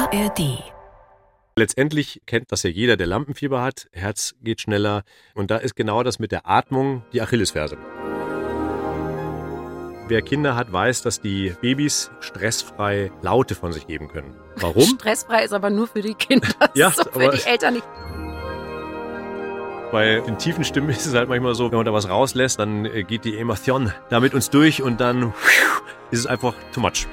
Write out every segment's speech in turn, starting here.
ARD. Letztendlich kennt das ja jeder, der Lampenfieber hat. Herz geht schneller. Und da ist genau das mit der Atmung die Achillesferse. Wer Kinder hat, weiß, dass die Babys stressfrei Laute von sich geben können. Warum? Stressfrei ist aber nur für die Kinder, ja, so für die Eltern nicht. Bei den tiefen Stimmen ist es halt manchmal so, wenn man da was rauslässt, dann geht die Emotion da mit uns durch und dann ist es einfach too much.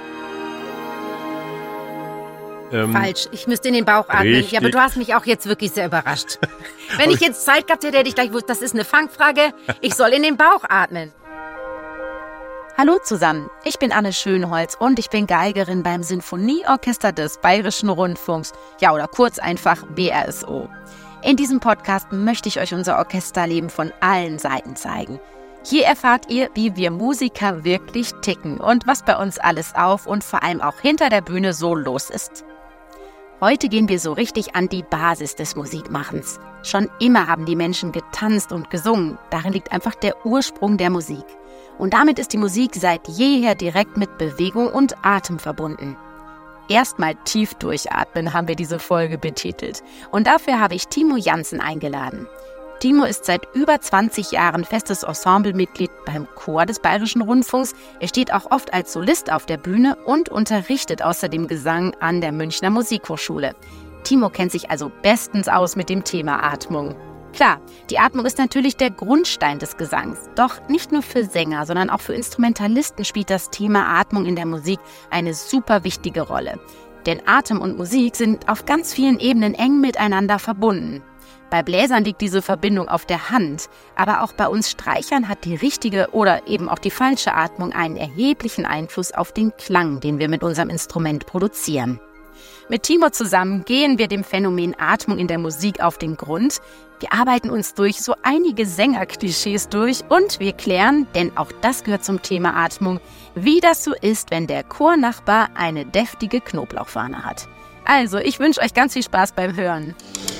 Falsch, ich müsste in den Bauch atmen. Richtig. Ja, aber du hast mich auch jetzt wirklich sehr überrascht. Wenn ich jetzt Zeit gehabt hätte, hätte ich gleich gewusst, das ist eine Fangfrage. Ich soll in den Bauch atmen. Hallo zusammen, ich bin Anne Schönholz und ich bin Geigerin beim Sinfonieorchester des Bayerischen Rundfunks, ja oder kurz einfach BRSO. In diesem Podcast möchte ich euch unser Orchesterleben von allen Seiten zeigen. Hier erfahrt ihr, wie wir Musiker wirklich ticken und was bei uns alles auf und vor allem auch hinter der Bühne so los ist. Heute gehen wir so richtig an die Basis des Musikmachens. Schon immer haben die Menschen getanzt und gesungen. Darin liegt einfach der Ursprung der Musik. Und damit ist die Musik seit jeher direkt mit Bewegung und Atem verbunden. Erstmal tief durchatmen haben wir diese Folge betitelt. Und dafür habe ich Timo Jansen eingeladen. Timo ist seit über 20 Jahren festes Ensemblemitglied beim Chor des Bayerischen Rundfunks. Er steht auch oft als Solist auf der Bühne und unterrichtet außerdem Gesang an der Münchner Musikhochschule. Timo kennt sich also bestens aus mit dem Thema Atmung. Klar, die Atmung ist natürlich der Grundstein des Gesangs. Doch nicht nur für Sänger, sondern auch für Instrumentalisten spielt das Thema Atmung in der Musik eine super wichtige Rolle. Denn Atem und Musik sind auf ganz vielen Ebenen eng miteinander verbunden. Bei Bläsern liegt diese Verbindung auf der Hand, aber auch bei uns Streichern hat die richtige oder eben auch die falsche Atmung einen erheblichen Einfluss auf den Klang, den wir mit unserem Instrument produzieren. Mit Timo zusammen gehen wir dem Phänomen Atmung in der Musik auf den Grund. Wir arbeiten uns durch so einige Sängerklischees durch und wir klären, denn auch das gehört zum Thema Atmung, wie das so ist, wenn der Chornachbar eine deftige Knoblauchfahne hat. Also, ich wünsche euch ganz viel Spaß beim Hören.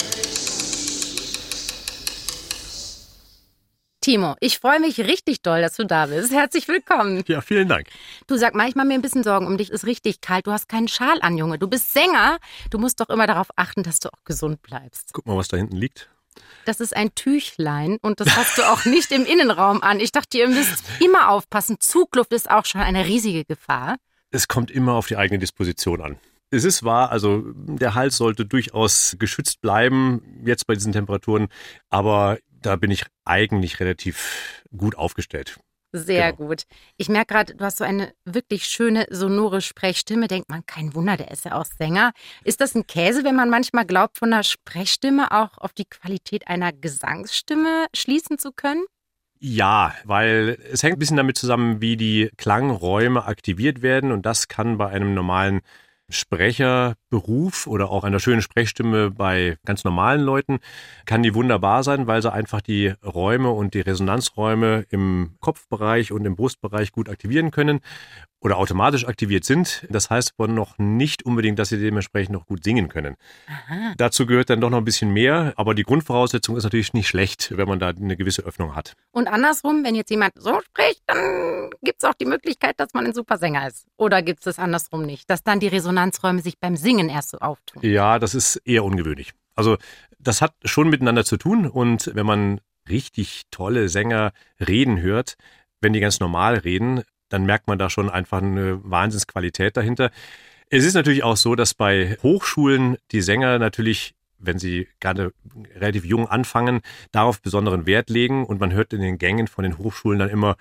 Timo, ich freue mich richtig doll, dass du da bist. Herzlich willkommen. Ja, vielen Dank. Du, sag mal, ich mache mir ein bisschen Sorgen um dich. Ist richtig kalt. Du hast keinen Schal an, Junge. Du bist Sänger. Du musst doch immer darauf achten, dass du auch gesund bleibst. Guck mal, was da hinten liegt. Das ist ein Tüchlein und das hast du auch nicht im Innenraum an. Ich dachte, ihr müsst immer aufpassen. Zugluft ist auch schon eine riesige Gefahr. Es kommt immer auf die eigene Disposition an. Es ist wahr, also der Hals sollte durchaus geschützt bleiben, jetzt bei diesen Temperaturen, aber da bin ich eigentlich relativ gut aufgestellt. Sehr Genau. gut. Ich merke gerade, du hast so eine wirklich schöne, sonore Sprechstimme. Denkt man, kein Wunder, der ist ja auch Sänger. Ist das ein Käse, wenn man manchmal glaubt, von einer Sprechstimme auch auf die Qualität einer Gesangsstimme schließen zu können? Ja, weil es hängt ein bisschen damit zusammen, wie die Klangräume aktiviert werden und das kann bei einem normalen Sprecherberuf oder auch einer schönen Sprechstimme bei ganz normalen Leuten, kann die wunderbar sein, weil sie einfach die Räume und die Resonanzräume im Kopfbereich und im Brustbereich gut aktivieren können oder automatisch aktiviert sind. Das heißt aber noch nicht unbedingt, dass sie dementsprechend noch gut singen können. Aha. Dazu gehört dann doch noch ein bisschen mehr, aber die Grundvoraussetzung ist natürlich nicht schlecht, wenn man da eine gewisse Öffnung hat. Und andersrum, wenn jetzt jemand so spricht, dann gibt es auch die Möglichkeit, dass man ein super Sänger ist. Oder gibt es das andersrum nicht, dass dann die Resonanzräume sich beim Singen erst so auftun? Ja, das ist eher ungewöhnlich. Also das hat schon miteinander zu tun und wenn man richtig tolle Sänger reden hört, wenn die ganz normal reden, dann merkt man da schon einfach eine Wahnsinnsqualität dahinter. Es ist natürlich auch so, dass bei Hochschulen die Sänger natürlich, wenn sie gerade relativ jung anfangen, darauf besonderen Wert legen und man hört in den Gängen von den Hochschulen dann immer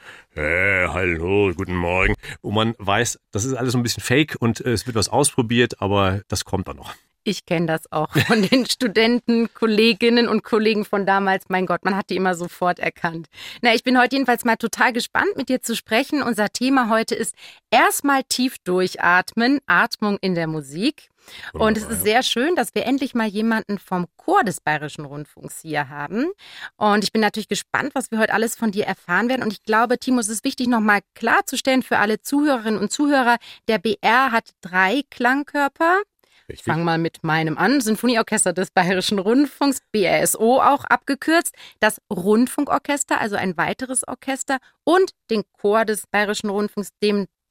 hallo, guten Morgen, wo man weiß, das ist alles so ein bisschen fake und es wird was ausprobiert, aber das kommt dann noch. Ich kenne das auch von den Studenten, Kolleginnen und Kollegen von damals. Mein Gott, man hat die immer sofort erkannt. Na, ich bin heute jedenfalls mal total gespannt, mit dir zu sprechen. Unser Thema heute ist erstmal tief durchatmen, Atmung in der Musik. Und es ist sehr schön, dass wir endlich mal jemanden vom Chor des Bayerischen Rundfunks hier haben. Und ich bin natürlich gespannt, was wir heute alles von dir erfahren werden. Und ich glaube, Timo, es ist wichtig, nochmal klarzustellen für alle Zuhörerinnen und Zuhörer, der BR hat 3 Klangkörper. Richtig. Fang mal mit meinem an. Sinfonieorchester des Bayerischen Rundfunks, BRSO auch abgekürzt. Das Rundfunkorchester, also ein weiteres Orchester. Und den Chor des Bayerischen Rundfunks, dem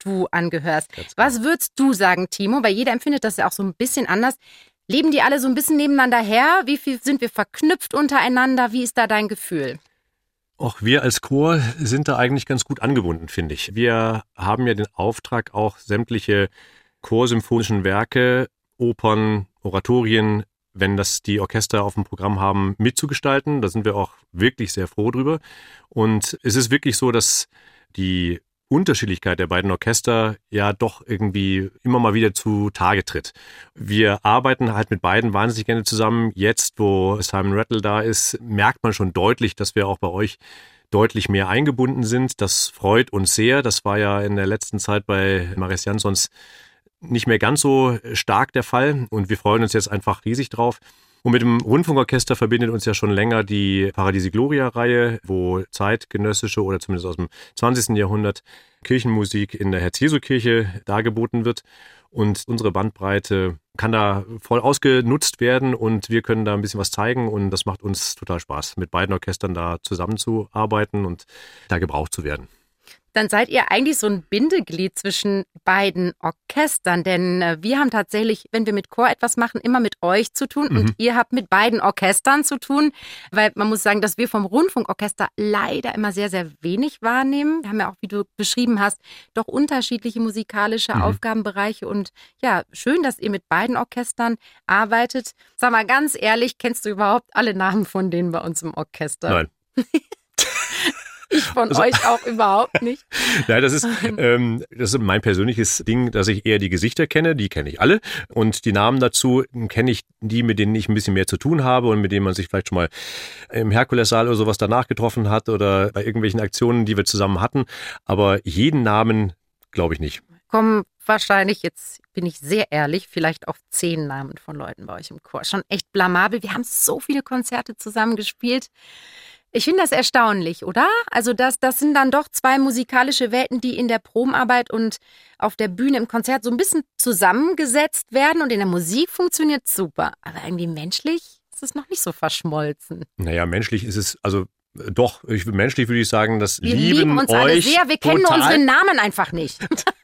du angehörst. Was würdest du sagen, Timo? Weil jeder empfindet das ja auch so ein bisschen anders. Leben die alle so ein bisschen nebeneinander her? Wie viel sind wir verknüpft untereinander? Wie ist da dein Gefühl? Auch wir als Chor sind da eigentlich ganz gut angebunden, finde ich. Wir haben ja den Auftrag, auch sämtliche chorsymphonischen Werke, Opern, Oratorien, wenn das die Orchester auf dem Programm haben, mitzugestalten. Da sind wir auch wirklich sehr froh drüber. Und es ist wirklich so, dass die Unterschiedlichkeit der beiden Orchester ja doch irgendwie immer mal wieder zu Tage tritt. Wir arbeiten halt mit beiden wahnsinnig gerne zusammen. Jetzt, wo Simon Rattle da ist, merkt man schon deutlich, dass wir auch bei euch deutlich mehr eingebunden sind. Das freut uns sehr. Das war ja in der letzten Zeit bei Mariss Jansons nicht mehr ganz so stark der Fall. Und wir freuen uns jetzt einfach riesig drauf. Und mit dem Rundfunkorchester verbindet uns ja schon länger die Paradiesi Gloria-Reihe, wo zeitgenössische oder zumindest aus dem 20. Jahrhundert Kirchenmusik in der Herz-Jesu-Kirche dargeboten wird. Und unsere Bandbreite kann da voll ausgenutzt werden und wir können da ein bisschen was zeigen. Und das macht uns total Spaß, mit beiden Orchestern da zusammenzuarbeiten und da gebraucht zu werden. Dann seid ihr eigentlich so ein Bindeglied zwischen beiden Orchestern, denn wir haben tatsächlich, wenn wir mit Chor etwas machen, immer mit euch zu tun und ihr habt mit beiden Orchestern zu tun, weil man muss sagen, dass wir vom Rundfunkorchester leider immer sehr, sehr wenig wahrnehmen. Wir haben ja auch, wie du beschrieben hast, doch unterschiedliche musikalische Aufgabenbereiche und ja, schön, dass ihr mit beiden Orchestern arbeitet. Sag mal ganz ehrlich, kennst du überhaupt alle Namen von denen bei uns im Orchester? Nein. Ich von euch auch überhaupt nicht. Ja, das ist mein persönliches Ding, dass ich eher die Gesichter kenne, die kenne ich alle. Und die Namen dazu kenne ich die, mit denen ich ein bisschen mehr zu tun habe und mit denen man sich vielleicht schon mal im Herkulessaal oder sowas danach getroffen hat oder bei irgendwelchen Aktionen, die wir zusammen hatten. Aber jeden Namen glaube ich nicht. Kommen wahrscheinlich, jetzt bin ich sehr ehrlich, vielleicht auf 10 Namen von Leuten bei euch im Chor. Schon echt blamabel. Wir haben so viele Konzerte zusammen gespielt. Ich finde das erstaunlich, oder? Also das sind dann doch 2 musikalische Welten, die in der Probenarbeit und auf der Bühne im Konzert so ein bisschen zusammengesetzt werden und in der Musik funktioniert super. Aber irgendwie menschlich ist es noch nicht so verschmolzen. Naja, menschlich ist es, also doch, menschlich würde ich sagen, dass wir lieben uns alle sehr, wir kennen nur unsere Namen einfach nicht.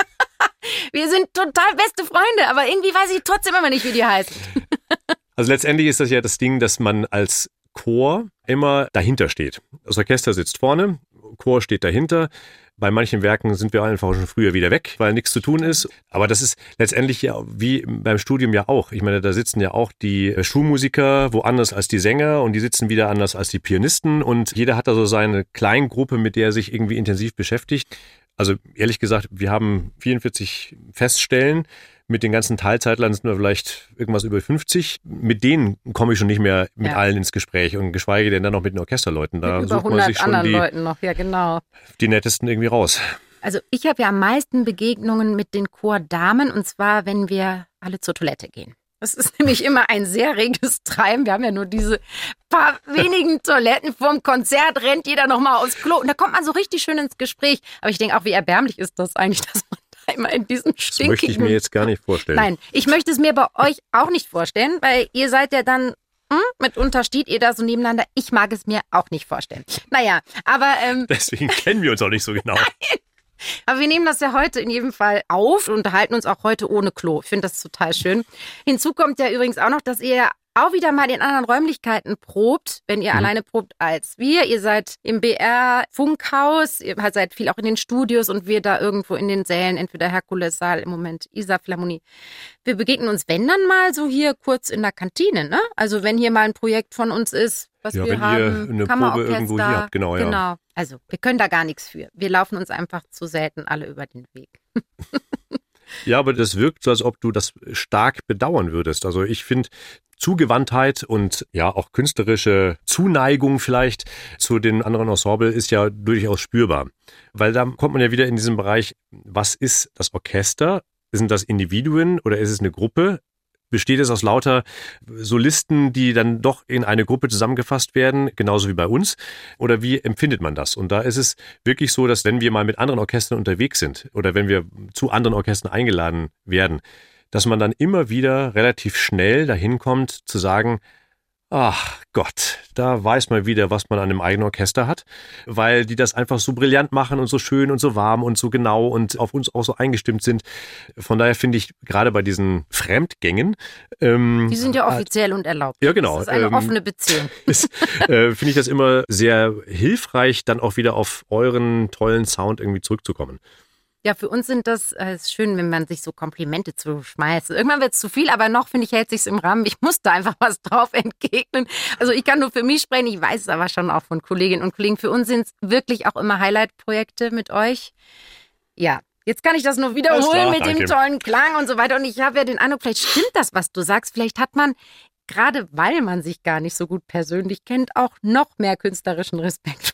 Wir sind total beste Freunde, aber irgendwie weiß ich trotzdem immer nicht, wie die heißen. Also letztendlich ist das ja das Ding, dass man als Chor immer dahinter steht. Das Orchester sitzt vorne, Chor steht dahinter. Bei manchen Werken sind wir einfach schon früher wieder weg, weil nichts zu tun ist. Aber das ist letztendlich ja wie beim Studium ja auch. Ich meine, da sitzen ja auch die Schulmusiker woanders als die Sänger und die sitzen wieder anders als die Pianisten und jeder hat da so seine Kleingruppe, mit der er sich irgendwie intensiv beschäftigt. Also ehrlich gesagt, wir haben 44 Feststellen. Mit den ganzen Teilzeitlern sind wir vielleicht irgendwas über 50. Mit denen komme ich schon nicht mehr mit allen ins Gespräch und geschweige denn dann noch mit den Orchesterleuten. Da mit über 100 man sich schon anderen Leuten noch, ja genau. Die nettesten irgendwie raus. Also ich habe ja am meisten Begegnungen mit den Chordamen und zwar, wenn wir alle zur Toilette gehen. Das ist nämlich immer ein sehr reges Treiben. Wir haben ja nur diese paar wenigen Toiletten vorm Konzert, rennt jeder nochmal aufs Klo und da kommt man so richtig schön ins Gespräch. Aber ich denke auch, wie erbärmlich ist das eigentlich, dass man immer in diesem stinkigen... Das möchte ich mir jetzt gar nicht vorstellen. Nein, ich möchte es mir bei euch auch nicht vorstellen, weil ihr seid ja dann, mitunter steht ihr da so nebeneinander. Ich mag es mir auch nicht vorstellen. Naja, aber... Deswegen kennen wir uns auch nicht so genau. Nein. Aber wir nehmen das ja heute in jedem Fall auf und unterhalten uns auch heute ohne Klo. Ich finde das total schön. Hinzu kommt ja übrigens auch noch, dass ihr auch wieder mal in anderen Räumlichkeiten probt, wenn ihr alleine probt als wir. Ihr seid im BR-Funkhaus, ihr seid viel auch in den Studios und wir da irgendwo in den Sälen, entweder Herkulessaal, im Moment Isar-Philharmonie. Wir begegnen uns, wenn dann mal, so hier kurz in der Kantine, ne? Also wenn hier mal ein Projekt von uns ist, was wir wenn haben, ihr eine Probe irgendwo hier habt, genau. Ja. Also wir können da gar nichts für. Wir laufen uns einfach zu selten alle über den Weg. Ja, aber das wirkt so, als ob du das stark bedauern würdest. Also ich finde, Zugewandtheit und ja auch künstlerische Zuneigung vielleicht zu den anderen Ensemble ist ja durchaus spürbar. Weil da kommt man ja wieder in diesen Bereich, was ist das Orchester? Sind das Individuen oder ist es eine Gruppe? Besteht es aus lauter Solisten, die dann doch in eine Gruppe zusammengefasst werden, genauso wie bei uns? Oder wie empfindet man das? Und da ist es wirklich so, dass wenn wir mal mit anderen Orchestern unterwegs sind oder wenn wir zu anderen Orchestern eingeladen werden, dass man dann immer wieder relativ schnell dahin kommt zu sagen, Ach Gott, da weiß man wieder, was man an einem eigenen Orchester hat, weil die das einfach so brillant machen und so schön und so warm und so genau und auf uns auch so eingestimmt sind. Von daher finde ich gerade bei diesen Fremdgängen... die sind ja offiziell und erlaubt. Ja, genau. Das ist eine offene Beziehung. Finde ich das immer sehr hilfreich, dann auch wieder auf euren tollen Sound irgendwie zurückzukommen. Ja, für uns sind das ist schön, wenn man sich so Komplimente zuschmeißt. Irgendwann wird es zu viel, aber noch, finde ich, hält sich's im Rahmen. Ich muss da einfach was drauf entgegnen. Also ich kann nur für mich sprechen, ich weiß es aber schon auch von Kolleginnen und Kollegen. Für uns sind es wirklich auch immer Highlight-Projekte mit euch. Ja, jetzt kann ich das nur wiederholen mit dem tollen Klang und so weiter. Und ich habe ja den Eindruck, vielleicht stimmt das, was du sagst. Vielleicht hat man, gerade weil man sich gar nicht so gut persönlich kennt, auch noch mehr künstlerischen Respekt.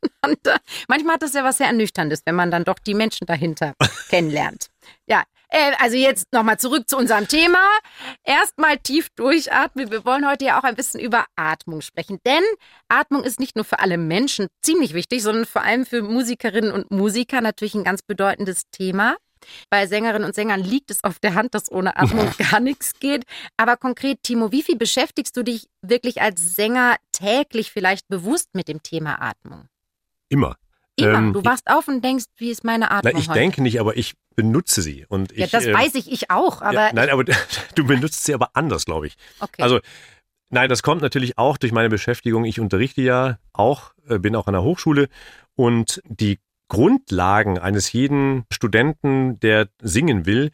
Manchmal hat das ja was sehr Ernüchterndes, wenn man dann doch die Menschen dahinter kennenlernt. Ja, also jetzt nochmal zurück zu unserem Thema. Erstmal tief durchatmen. Wir wollen heute ja auch ein bisschen über Atmung sprechen. Denn Atmung ist nicht nur für alle Menschen ziemlich wichtig, sondern vor allem für Musikerinnen und Musiker natürlich ein ganz bedeutendes Thema. Bei Sängerinnen und Sängern liegt es auf der Hand, dass ohne Atmung gar nichts geht. Aber konkret, Timo, wie viel beschäftigst du dich wirklich als Sänger täglich vielleicht bewusst mit dem Thema Atmung? Immer. Immer. Du wachst auf und denkst, wie ist meine Atmung ich heute? Denke nicht, aber ich benutze sie. Und ja, das weiß ich auch. Aber ja, nein, aber du benutzt sie aber anders, glaube ich. Okay. Also, nein, das kommt natürlich auch durch meine Beschäftigung. Ich unterrichte ja auch, bin auch an der Hochschule. Und die Grundlagen eines jeden Studenten, der singen will,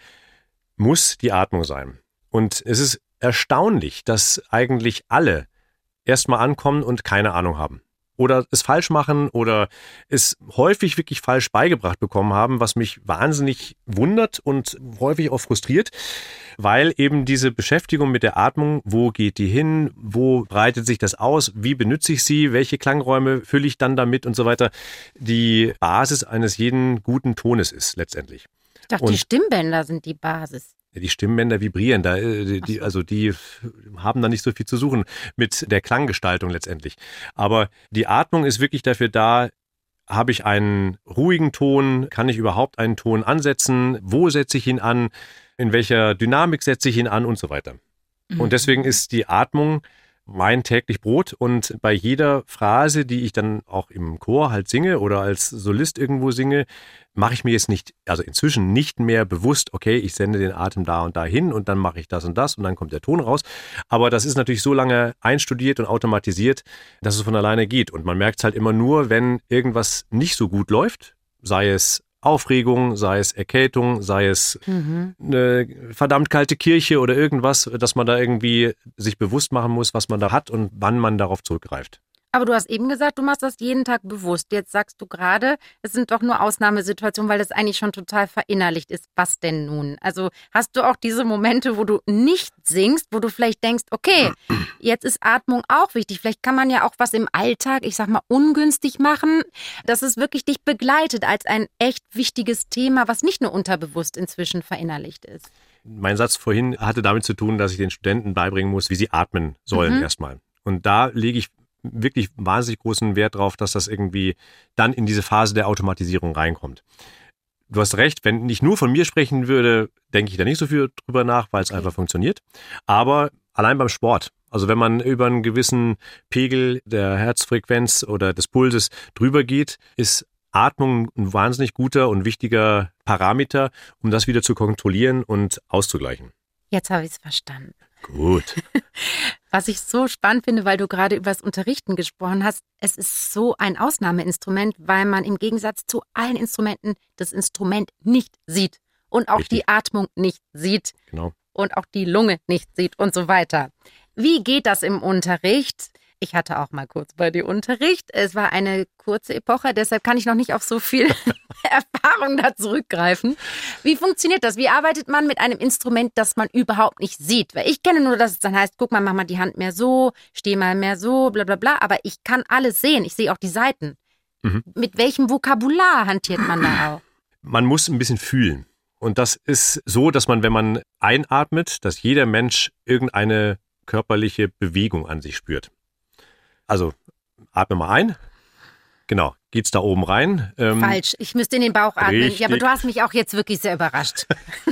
muss die Atmung sein. Und es ist erstaunlich, dass eigentlich alle erstmal ankommen und keine Ahnung haben. Oder es falsch machen oder es häufig wirklich falsch beigebracht bekommen haben, was mich wahnsinnig wundert und häufig auch frustriert, weil eben diese Beschäftigung mit der Atmung, wo geht die hin, wo breitet sich das aus, wie benutze ich sie, welche Klangräume fülle ich dann damit und so weiter, die Basis eines jeden guten Tones ist letztendlich. Ich dachte, die Stimmbänder sind die Basis. Die Stimmbänder vibrieren, die haben da nicht so viel zu suchen mit der Klanggestaltung letztendlich. Aber die Atmung ist wirklich dafür da, habe ich einen ruhigen Ton, kann ich überhaupt einen Ton ansetzen, wo setze ich ihn an, in welcher Dynamik setze ich ihn an und so weiter. Und deswegen ist die Atmung mein täglich Brot und bei jeder Phrase, die ich dann auch im Chor halt singe oder als Solist irgendwo singe, mache ich mir jetzt nicht, also inzwischen nicht mehr bewusst, okay, ich sende den Atem da und da hin und dann mache ich das und dann kommt der Ton raus. Aber das ist natürlich so lange einstudiert und automatisiert, dass es von alleine geht. Und man merkt es halt immer nur, wenn irgendwas nicht so gut läuft, sei es Aufregung, sei es Erkältung, sei es eine verdammt kalte Kirche oder irgendwas, dass man da irgendwie sich bewusst machen muss, was man da hat und wann man darauf zurückgreift. Aber du hast eben gesagt, du machst das jeden Tag bewusst. Jetzt sagst du gerade, es sind doch nur Ausnahmesituationen, weil das eigentlich schon total verinnerlicht ist. Was denn nun? Also hast du auch diese Momente, wo du nicht singst, wo du vielleicht denkst, okay, jetzt ist Atmung auch wichtig. Vielleicht kann man ja auch was im Alltag, ich sag mal, ungünstig machen, dass es wirklich dich begleitet als ein echt wichtiges Thema, was nicht nur unterbewusst inzwischen verinnerlicht ist. Mein Satz vorhin hatte damit zu tun, dass ich den Studenten beibringen muss, wie sie atmen sollen erstmal. Und da lege ich wirklich wahnsinnig großen Wert drauf, dass das irgendwie dann in diese Phase der Automatisierung reinkommt. Du hast recht, wenn ich nur von mir sprechen würde, denke ich da nicht so viel drüber nach, weil es einfach funktioniert. Aber allein beim Sport, also wenn man über einen gewissen Pegel der Herzfrequenz oder des Pulses drüber geht, ist Atmung ein wahnsinnig guter und wichtiger Parameter, um das wieder zu kontrollieren und auszugleichen. Jetzt habe ich es verstanden. Gut. Was ich so spannend finde, weil du gerade über das Unterrichten gesprochen hast, es ist so ein Ausnahmeinstrument, weil man im Gegensatz zu allen Instrumenten das Instrument nicht sieht und auch Richtig. die Atmung nicht sieht Genau. und auch die Lunge nicht sieht und so weiter. Wie geht das im Unterricht? Ich hatte auch mal kurz bei dir Unterricht. Es war eine kurze Epoche, deshalb kann ich noch nicht auf so viel Erfahrung da zurückgreifen. Wie funktioniert das? Wie arbeitet man mit einem Instrument, das man überhaupt nicht sieht? Weil ich kenne nur, dass es dann heißt, guck mal, mach mal die Hand mehr so, steh mal mehr so, bla bla bla. Aber ich kann alles sehen. Ich sehe auch die Saiten. Mit welchem Vokabular hantiert man da auch? Man muss ein bisschen fühlen. Und das ist so, dass man, wenn man einatmet, dass jeder Mensch irgendeine körperliche Bewegung an sich spürt. Also atme mal ein. Genau, geht's da oben rein. Falsch, ich müsste in den Bauch atmen. Richtig. Ja, aber du hast mich auch jetzt wirklich sehr überrascht.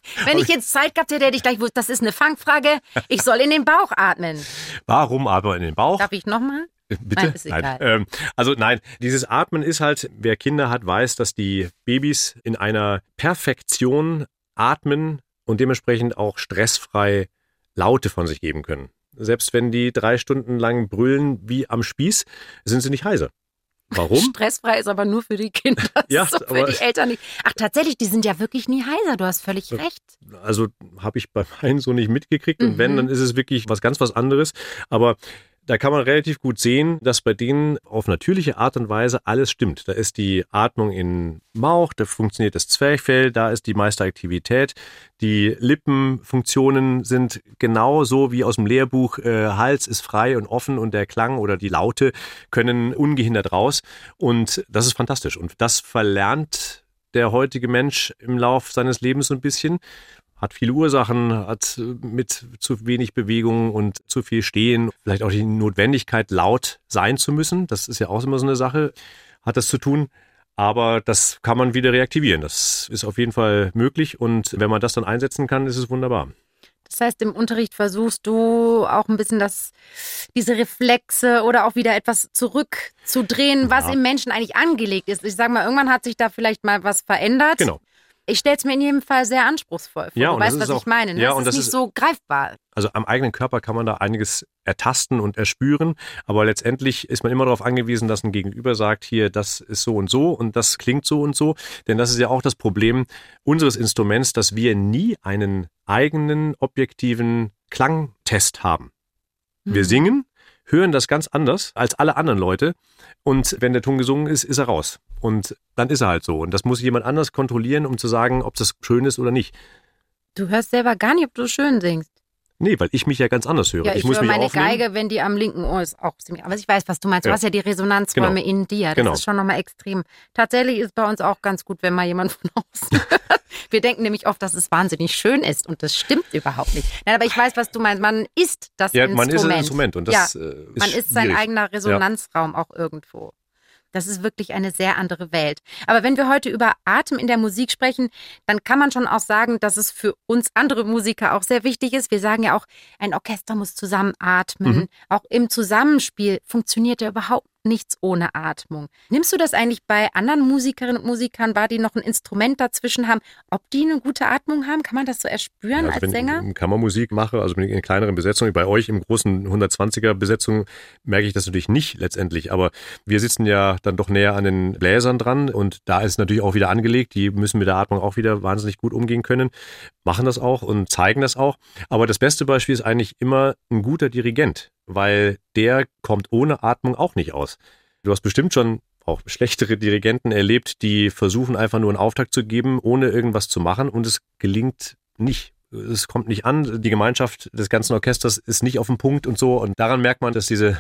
Wenn ich jetzt Zeit gehabt hätte ich gleich gewusst, das ist eine Fangfrage. Ich soll in den Bauch atmen. Warum atmen in den Bauch? Darf ich nochmal? Bitte? Nein, ist egal. Nein, dieses Atmen ist halt, wer Kinder hat, weiß, dass die Babys in einer Perfektion atmen und dementsprechend auch stressfrei Laute von sich geben können. Selbst wenn die 3 Stunden lang brüllen wie am Spieß, sind sie nicht heiser. Warum? Stressfrei ist aber nur für die Kinder, ja, so für die Eltern nicht. Ach, tatsächlich, die sind ja wirklich nie heiser, du hast völlig recht. Also habe ich bei meinen so nicht mitgekriegt und wenn, dann ist es wirklich was anderes. Aber da kann man relativ gut sehen, dass bei denen auf natürliche Art und Weise alles stimmt. Da ist die Atmung im Bauch, da funktioniert das Zwerchfell, da ist die meiste Aktivität. Die Lippenfunktionen sind genauso wie aus dem Lehrbuch. Hals ist frei und offen und der Klang oder die Laute können ungehindert raus. Und das ist fantastisch. Und das verlernt der heutige Mensch im Lauf seines Lebens so ein bisschen. Hat viele Ursachen, hat mit zu wenig Bewegung und zu viel Stehen, vielleicht auch die Notwendigkeit, laut sein zu müssen. Das ist ja auch immer so eine Sache, hat das zu tun. Aber das kann man wieder reaktivieren. Das ist auf jeden Fall möglich. Und wenn man das dann einsetzen kann, ist es wunderbar. Das heißt, im Unterricht versuchst du auch ein bisschen diese Reflexe oder auch wieder etwas zurückzudrehen, was im Menschen eigentlich angelegt ist. Ich sage mal, irgendwann hat sich da vielleicht mal was verändert. Genau. Ich stelle es mir in jedem Fall sehr anspruchsvoll vor. Ja, du weißt, was ich meine. Ne? Ja, das ist nicht so greifbar. Also am eigenen Körper kann man da einiges ertasten und erspüren, aber letztendlich ist man immer darauf angewiesen, dass ein Gegenüber sagt, hier, das ist so und das klingt so und so. Denn das ist ja auch das Problem unseres Instruments, dass wir nie einen eigenen objektiven Klangtest haben. Wir singen, hören das ganz anders als alle anderen Leute und wenn der Ton gesungen ist, ist er raus. Und dann ist er halt so. Und das muss jemand anders kontrollieren, um zu sagen, ob das schön ist oder nicht. Du hörst selber gar nicht, ob du schön singst. Nee, weil ich mich ja ganz anders höre. Ja, ich muss höre mich meine aufnehmen. Geige, wenn die am linken Ohr ist, auch ziemlich. Aber ich weiß, was du meinst. Du hast ja die Resonanzräume in dir. Das ist schon nochmal extrem. Tatsächlich ist bei uns auch ganz gut, wenn mal jemand von außen hört. Wir denken nämlich oft, dass es wahnsinnig schön ist und das stimmt überhaupt nicht. Nein, aber ich weiß, was du meinst. Man ist das Instrument. Man ist ein Instrument und das ist man ist sein eigener Resonanzraum auch irgendwo. Das ist wirklich eine sehr andere Welt. Aber wenn wir heute über Atem in der Musik sprechen, dann kann man schon auch sagen, dass es für uns andere Musiker auch sehr wichtig ist. Wir sagen ja auch, ein Orchester muss zusammen atmen. Auch im Zusammenspiel funktioniert ja überhaupt nichts ohne Atmung. Nimmst du das eigentlich bei anderen Musikerinnen und Musikern wahr, die noch ein Instrument dazwischen haben, ob die eine gute Atmung haben? Kann man das so erspüren als Sänger? Wenn ich Kammermusik mache, also in kleineren Besetzungen, bei euch im großen 120er Besetzung merke ich das natürlich nicht letztendlich, aber wir sitzen ja dann doch näher an den Bläsern dran und da ist natürlich auch wieder angelegt, die müssen mit der Atmung auch wieder wahnsinnig gut umgehen können, machen das auch und zeigen das auch, aber das beste Beispiel ist eigentlich immer ein guter Dirigent, weil der kommt ohne Atmung auch nicht aus. Du hast bestimmt schon auch schlechtere Dirigenten erlebt, die versuchen einfach nur einen Auftakt zu geben, ohne irgendwas zu machen und es gelingt nicht. Es kommt nicht an, die Gemeinschaft des ganzen Orchesters ist nicht auf dem Punkt und so und daran merkt man, dass diese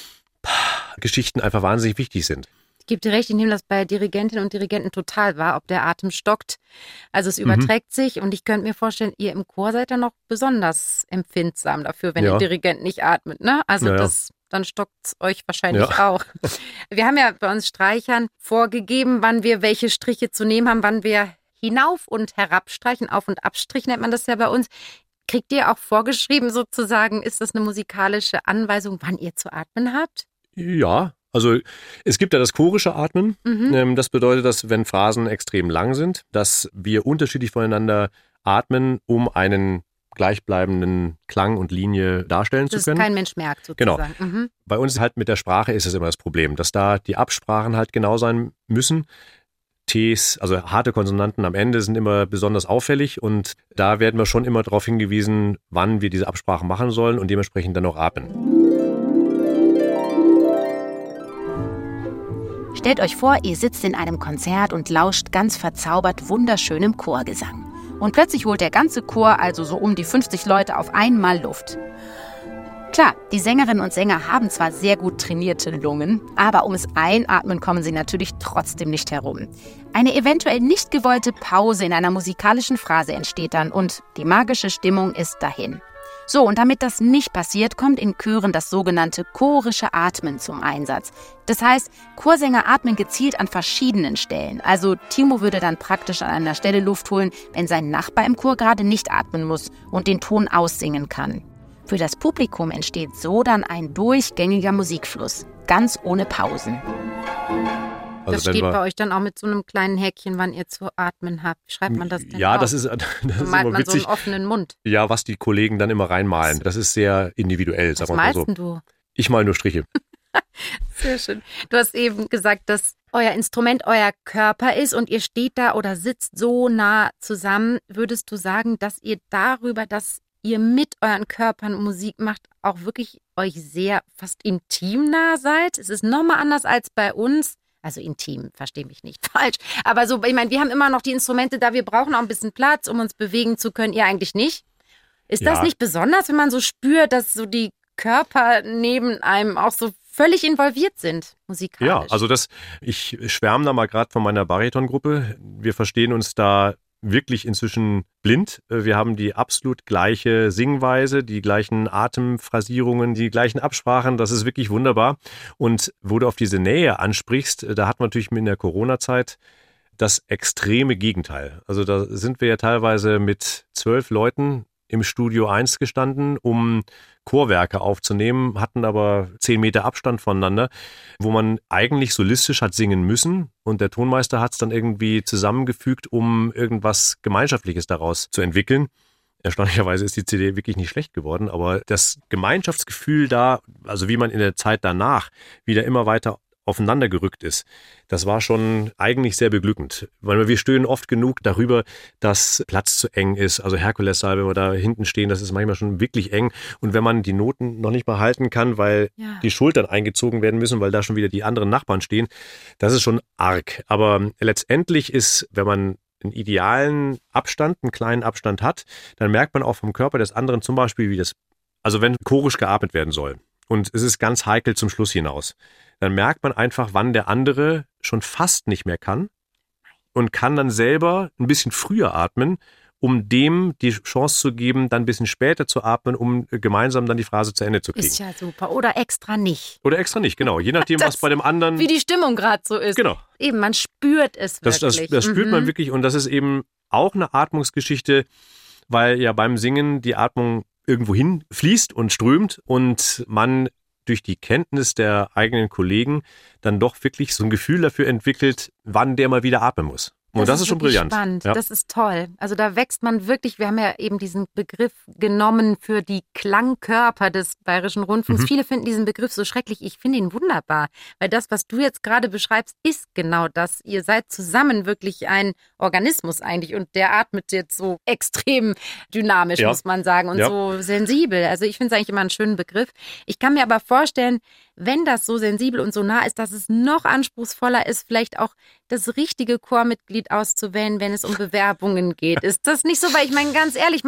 Geschichten einfach wahnsinnig wichtig sind. Ich gebe dir recht, ich nehme das bei Dirigentinnen und Dirigenten total wahr, ob der Atem stockt. Also es überträgt sich und ich könnte mir vorstellen, ihr im Chor seid ja noch besonders empfindsam dafür, wenn der Dirigent nicht atmet, ne? Also dann stockt es euch wahrscheinlich auch. Wir haben ja bei uns Streichern vorgegeben, wann wir welche Striche zu nehmen haben, wann wir hinauf und herabstreichen, Auf- und Abstrich nennt man das ja bei uns. Kriegt ihr auch vorgeschrieben sozusagen, ist das eine musikalische Anweisung, wann ihr zu atmen habt? Ja, also es gibt ja das chorische Atmen. Das bedeutet, dass wenn Phrasen extrem lang sind, dass wir unterschiedlich voneinander atmen, um einen gleichbleibenden Klang und Linie darstellen zu können. Das kein Mensch merkt sozusagen. Genau. Bei uns halt mit der Sprache ist es immer das Problem, dass da die Absprachen halt genau sein müssen. Ts, also harte Konsonanten am Ende sind immer besonders auffällig und da werden wir schon immer darauf hingewiesen, wann wir diese Absprachen machen sollen und dementsprechend dann auch atmen. Stellt euch vor, ihr sitzt in einem Konzert und lauscht ganz verzaubert wunderschönem Chorgesang. Und plötzlich holt der ganze Chor, also so um die 50 Leute, auf einmal Luft. Klar, die Sängerinnen und Sänger haben zwar sehr gut trainierte Lungen, aber ums Einatmen kommen sie natürlich trotzdem nicht herum. Eine eventuell nicht gewollte Pause in einer musikalischen Phrase entsteht dann und die magische Stimmung ist dahin. So, und damit das nicht passiert, kommt in Chören das sogenannte chorische Atmen zum Einsatz. Das heißt, Chorsänger atmen gezielt an verschiedenen Stellen. Also Timo würde dann praktisch an einer Stelle Luft holen, wenn sein Nachbar im Chor gerade nicht atmen muss und den Ton aussingen kann. Für das Publikum entsteht so dann ein durchgängiger Musikfluss, ganz ohne Pausen. Das steht bei euch dann auch mit so einem kleinen Häkchen, wann ihr zu atmen habt. Wie schreibt man das denn Ja, auf? das ist Malt immer man so witzig. einen offenen Mund. Ja, was die Kollegen dann immer reinmalen. Das ist sehr individuell, Was sagen wir mal so. malst denn du? Ich mal nur Striche. Sehr schön. Du hast eben gesagt, dass euer Instrument euer Körper ist und ihr steht da oder sitzt so nah zusammen. Würdest du sagen, dass ihr darüber, dass ihr mit euren Körpern Musik macht, auch wirklich euch sehr fast intim nah seid? Es ist nochmal anders als bei uns. Also intim, verstehe mich nicht falsch. Aber so, ich meine, wir haben immer noch die Instrumente da, wir brauchen auch ein bisschen Platz, um uns bewegen zu können. Ihr eigentlich nicht? Ist das nicht besonders, wenn man so spürt, dass so die Körper neben einem auch so völlig involviert sind, musikalisch? Ja, also ich schwärme da mal gerade von meiner Baritongruppe. Wir verstehen uns da wirklich inzwischen blind. Wir haben die absolut gleiche Singweise, die gleichen Atemphrasierungen, die gleichen Absprachen. Das ist wirklich wunderbar. Und wo du auf diese Nähe ansprichst, da hat man natürlich in der Corona-Zeit das extreme Gegenteil. Also da sind wir ja teilweise mit 12 Leuten im Studio 1 gestanden, um Chorwerke aufzunehmen, hatten aber 10 Meter Abstand voneinander, wo man eigentlich solistisch hat singen müssen und der Tonmeister hat es dann irgendwie zusammengefügt, um irgendwas Gemeinschaftliches daraus zu entwickeln. Erstaunlicherweise ist die CD wirklich nicht schlecht geworden, aber das Gemeinschaftsgefühl da, also wie man in der Zeit danach wieder immer weiter aufeinander gerückt ist, das war schon eigentlich sehr beglückend. Weil wir stöhnen oft genug darüber, dass Platz zu eng ist. Also Herkulessaal, wenn wir da hinten stehen, das ist manchmal schon wirklich eng. Und wenn man die Noten noch nicht mal halten kann, weil die Schultern eingezogen werden müssen, weil da schon wieder die anderen Nachbarn stehen, das ist schon arg. Aber letztendlich ist, wenn man einen idealen Abstand, einen kleinen Abstand hat, dann merkt man auch vom Körper des anderen zum Beispiel, also wenn chorisch geatmet werden soll und es ist ganz heikel zum Schluss hinaus, dann merkt man einfach, wann der andere schon fast nicht mehr kann und kann dann selber ein bisschen früher atmen, um dem die Chance zu geben, dann ein bisschen später zu atmen, um gemeinsam dann die Phrase zu Ende zu kriegen. Ist ja super. Oder extra nicht. Oder extra nicht, genau. Je nachdem, was bei dem anderen... Wie die Stimmung gerade so ist. Genau. Eben, man spürt es wirklich. Das spürt man wirklich und das ist eben auch eine Atmungsgeschichte, weil ja beim Singen die Atmung irgendwo hin fließt und strömt und man durch die Kenntnis der eigenen Kollegen dann doch wirklich so ein Gefühl dafür entwickelt, wann der mal wieder atmen muss. Und das ist schon brillant. Spannend. Ja. Das ist toll. Also da wächst man wirklich, wir haben ja eben diesen Begriff genommen für die Klangkörper des Bayerischen Rundfunks. Viele finden diesen Begriff so schrecklich. Ich finde ihn wunderbar, weil das, was du jetzt gerade beschreibst, ist genau das. Ihr seid zusammen wirklich ein Organismus eigentlich und der atmet jetzt so extrem dynamisch, muss man sagen, und so sensibel. Also ich finde es eigentlich immer einen schönen Begriff. Ich kann mir aber vorstellen, wenn das so sensibel und so nah ist, dass es noch anspruchsvoller ist, vielleicht auch das richtige Chormitglied auszuwählen, wenn es um Bewerbungen geht. Ist das nicht so? Weil ich meine, ganz ehrlich,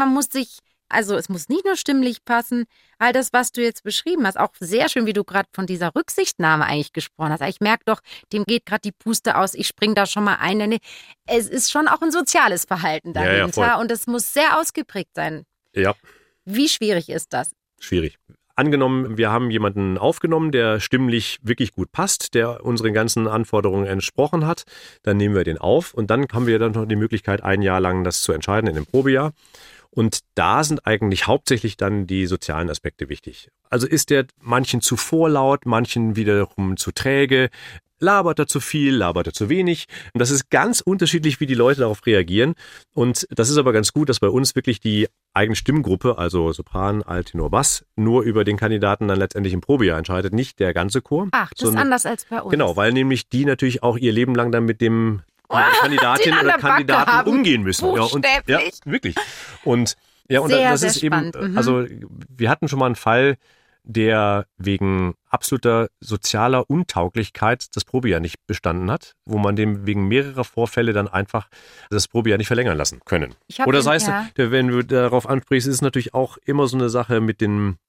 es muss nicht nur stimmlich passen, all das, was du jetzt beschrieben hast, auch sehr schön, wie du gerade von dieser Rücksichtnahme eigentlich gesprochen hast. Ich merke doch, dem geht gerade die Puste aus, ich springe da schon mal ein. Denn es ist schon auch ein soziales Verhalten dahinter und es muss sehr ausgeprägt sein. Ja. Wie schwierig ist das? Schwierig. Angenommen, wir haben jemanden aufgenommen, der stimmlich wirklich gut passt, der unseren ganzen Anforderungen entsprochen hat, dann nehmen wir den auf und dann haben wir dann noch die Möglichkeit, 1 Jahr lang das zu entscheiden in dem Probejahr. Und da sind eigentlich hauptsächlich dann die sozialen Aspekte wichtig. Also ist der manchen zu vorlaut, manchen wiederum zu träge, labert er zu viel, labert er zu wenig. Und das ist ganz unterschiedlich, wie die Leute darauf reagieren. Und das ist aber ganz gut, dass bei uns wirklich die eigene Stimmgruppe, also Sopran, Alt, Tenor, Bass, nur über den Kandidaten dann letztendlich im Probejahr entscheidet, nicht der ganze Chor. Ach, das ist anders als bei uns. Genau, weil nämlich die natürlich auch ihr Leben lang dann mit dem Kandidatin oder Kandidaten umgehen müssen. Ja, wirklich. Und das sehr ist spannend. eben, also wir hatten schon mal einen Fall, der wegen absoluter sozialer Untauglichkeit das Probejahr nicht bestanden hat, wo man dem wegen mehrerer Vorfälle dann einfach das Probejahr nicht verlängern lassen können. Oder sei es, wenn du darauf ansprichst, ist es natürlich auch immer so eine Sache mit den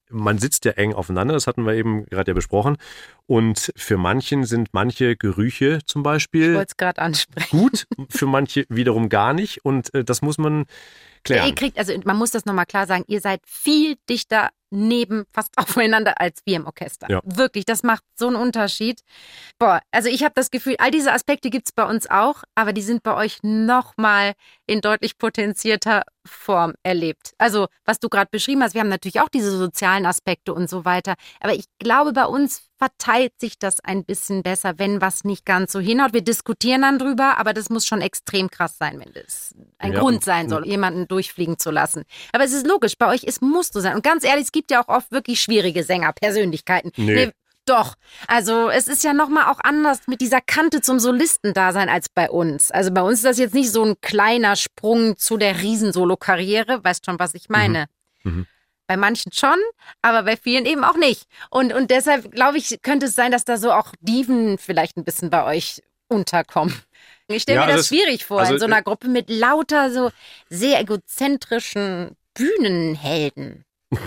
man sitzt ja eng aufeinander, das hatten wir eben gerade ja besprochen. Und für manchen sind manche Gerüche zum Beispiel Ich wollte es gerade ansprechen. gut, für manche wiederum gar nicht. Und das muss man klären. Ihr kriegt, also man muss das nochmal klar sagen, ihr seid viel dichter fast aufeinander als wir im Orchester. Ja. Wirklich, das macht so einen Unterschied. Boah, also ich habe das Gefühl, all diese Aspekte gibt es bei uns auch, aber die sind bei euch nochmal in deutlich potenzierter Form erlebt. Also was du gerade beschrieben hast, wir haben natürlich auch diese sozialen Aspekte und so weiter, aber ich glaube, bei uns verteilt sich das ein bisschen besser, wenn was nicht ganz so hinhaut. Wir diskutieren dann drüber, aber das muss schon extrem krass sein, wenn das ein Grund sein soll, jemanden durchfliegen zu lassen. Aber es ist logisch, bei euch, es muss so sein. Und ganz ehrlich, es gibt ja auch oft wirklich schwierige Sänger-Persönlichkeiten. Nee. Doch. Also es ist ja nochmal auch anders mit dieser Kante zum Solisten-Dasein als bei uns. Also bei uns ist das jetzt nicht so ein kleiner Sprung zu der Riesensolo-Karriere. Weißt schon, was ich meine? Mhm. Bei manchen schon, aber bei vielen eben auch nicht. Und deshalb, glaube ich, könnte es sein, dass da so auch Diven vielleicht ein bisschen bei euch unterkommen. Ich stelle mir das schwierig vor, in so einer Gruppe mit lauter so sehr egozentrischen Bühnenhelden.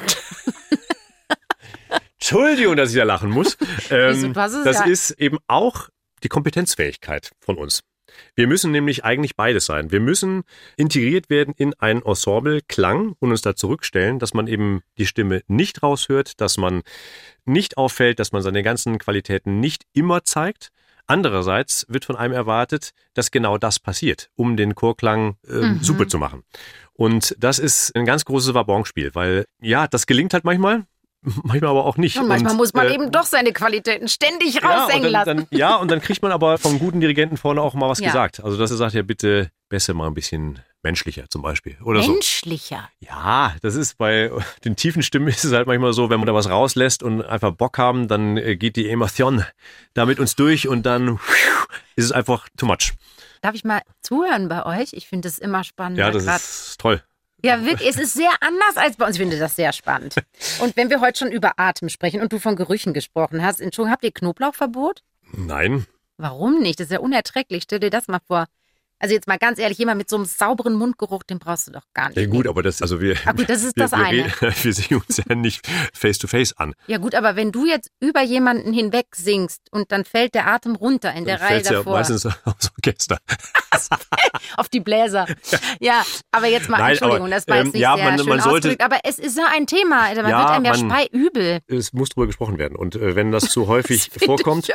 Entschuldigung, dass ich da lachen muss. Das ja. ist eben auch die Kompetenzfähigkeit von uns. Wir müssen nämlich eigentlich beides sein. Wir müssen integriert werden in einen Ensemble-Klang und uns da zurückstellen, dass man eben die Stimme nicht raushört, dass man nicht auffällt, dass man seine ganzen Qualitäten nicht immer zeigt. Andererseits wird von einem erwartet, dass genau das passiert, um den Chorklang super zu machen. Und das ist ein ganz großes Wabonspiel, weil ja, das gelingt halt manchmal aber auch nicht. Und manchmal muss man eben doch seine Qualitäten ständig raushängen lassen. Und dann kriegt man aber vom guten Dirigenten vorne auch mal was gesagt. Also dass er sagt, ja bitte besser mal ein bisschen menschlicher zum Beispiel. Oder menschlicher? So. Ja, das ist bei den tiefen Stimmen ist es halt manchmal so, wenn man da was rauslässt und einfach Bock haben, dann geht die Emotion da mit uns durch und dann ist es einfach too much. Darf ich mal zuhören bei euch? Ich finde das immer spannend. Ja, das ist toll. Ja, wirklich, es ist sehr anders als bei uns. Ich finde das sehr spannend. Und wenn wir heute schon über Atem sprechen und du von Gerüchen gesprochen hast, Entschuldigung, habt ihr Knoblauchverbot? Nein. Warum nicht? Das ist ja unerträglich. Stell dir das mal vor. Also jetzt mal ganz ehrlich, jemand mit so einem sauberen Mundgeruch, den brauchst du doch gar nicht. Ja gut, aber das ist das eine. Wir singen uns ja nicht face to face an. Ja gut, aber wenn du jetzt über jemanden hinweg singst und dann fällt der Atem runter in der Reihe davor. Ja meistens aufs Orchester. Auf die Bläser. Ja, aber jetzt mal, Nein, Entschuldigung, aber, das war jetzt nicht sehr schön ausgedrückt, aber es ist ja ein Thema. Man wird einem ja speiübel. Es muss drüber gesprochen werden und wenn das zu häufig vorkommt,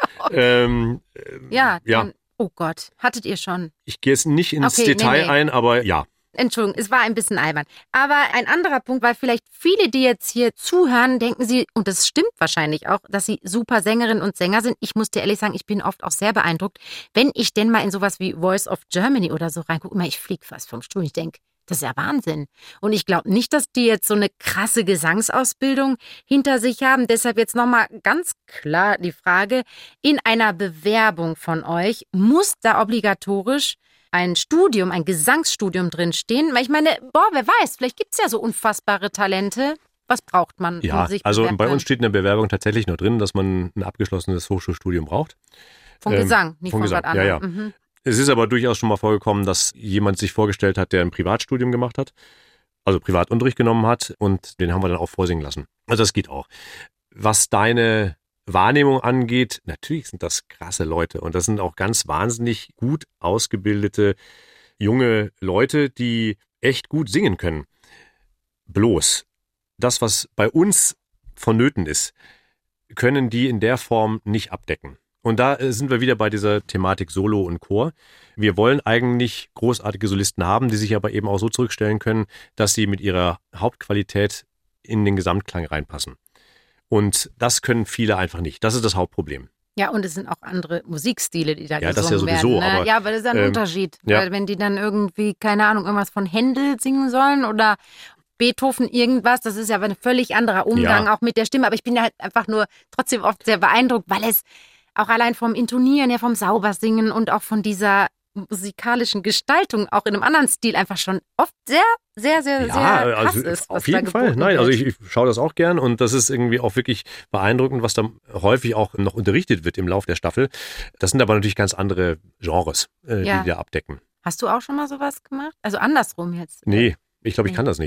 oh Gott, hattet ihr schon? Ich gehe jetzt nicht ins Detail ein, aber ja. Entschuldigung, es war ein bisschen albern. Aber ein anderer Punkt, weil vielleicht viele, die jetzt hier zuhören, denken sie, und das stimmt wahrscheinlich auch, dass sie super Sängerinnen und Sänger sind. Ich muss dir ehrlich sagen, ich bin oft auch sehr beeindruckt, wenn ich denn mal in sowas wie Voice of Germany oder so reingucke. Ich fliege fast vom Stuhl. Ich denke, das ist ja Wahnsinn. Und ich glaube nicht, dass die jetzt so eine krasse Gesangsausbildung hinter sich haben. Deshalb jetzt nochmal ganz klar die Frage, in einer Bewerbung von euch muss da obligatorisch ein Studium, ein Gesangsstudium drinstehen? Weil ich meine, wer weiß, vielleicht gibt es ja so unfassbare Talente. Was braucht man, um sich also bei uns steht in der Bewerbung tatsächlich nur drin, dass man ein abgeschlossenes Hochschulstudium braucht. Von Gesang, nicht von Gesang. was anderem. Ja. Mhm. Es ist aber durchaus schon mal vorgekommen, dass jemand sich vorgestellt hat, der ein Privatstudium gemacht hat, also Privatunterricht genommen hat und den haben wir dann auch vorsingen lassen. Also das geht auch. Was deine Wahrnehmung angeht, natürlich sind das krasse Leute und das sind auch ganz wahnsinnig gut ausgebildete junge Leute, die echt gut singen können. Bloß das, was bei uns vonnöten ist, können die in der Form nicht abdecken. Und da sind wir wieder bei dieser Thematik Solo und Chor. Wir wollen eigentlich großartige Solisten haben, die sich aber eben auch so zurückstellen können, dass sie mit ihrer Hauptqualität in den Gesamtklang reinpassen. Und das können viele einfach nicht. Das ist das Hauptproblem. Ja, und es sind auch andere Musikstile, die da gesungen das ja sowieso, werden. Ne? Aber das ist ein Unterschied. Weil wenn die dann irgendwie, keine Ahnung, irgendwas von Händel singen sollen oder Beethoven irgendwas, das ist ja ein völlig anderer Umgang auch mit der Stimme. Aber ich bin ja halt einfach nur trotzdem oft sehr beeindruckt, weil es auch allein vom Intonieren her, vom Saubersingen und auch von dieser musikalischen Gestaltung auch in einem anderen Stil einfach schon oft sehr, sehr, sehr, sehr krass ist. Auf jeden Fall. Nein, also ich schaue das auch gern und das ist irgendwie auch wirklich beeindruckend, was da häufig auch noch unterrichtet wird im Lauf der Staffel. Das sind aber natürlich ganz andere Genres, die da abdecken. Hast du auch schon mal sowas gemacht? Also andersrum jetzt? Nee, ich glaube, ich kann das nicht.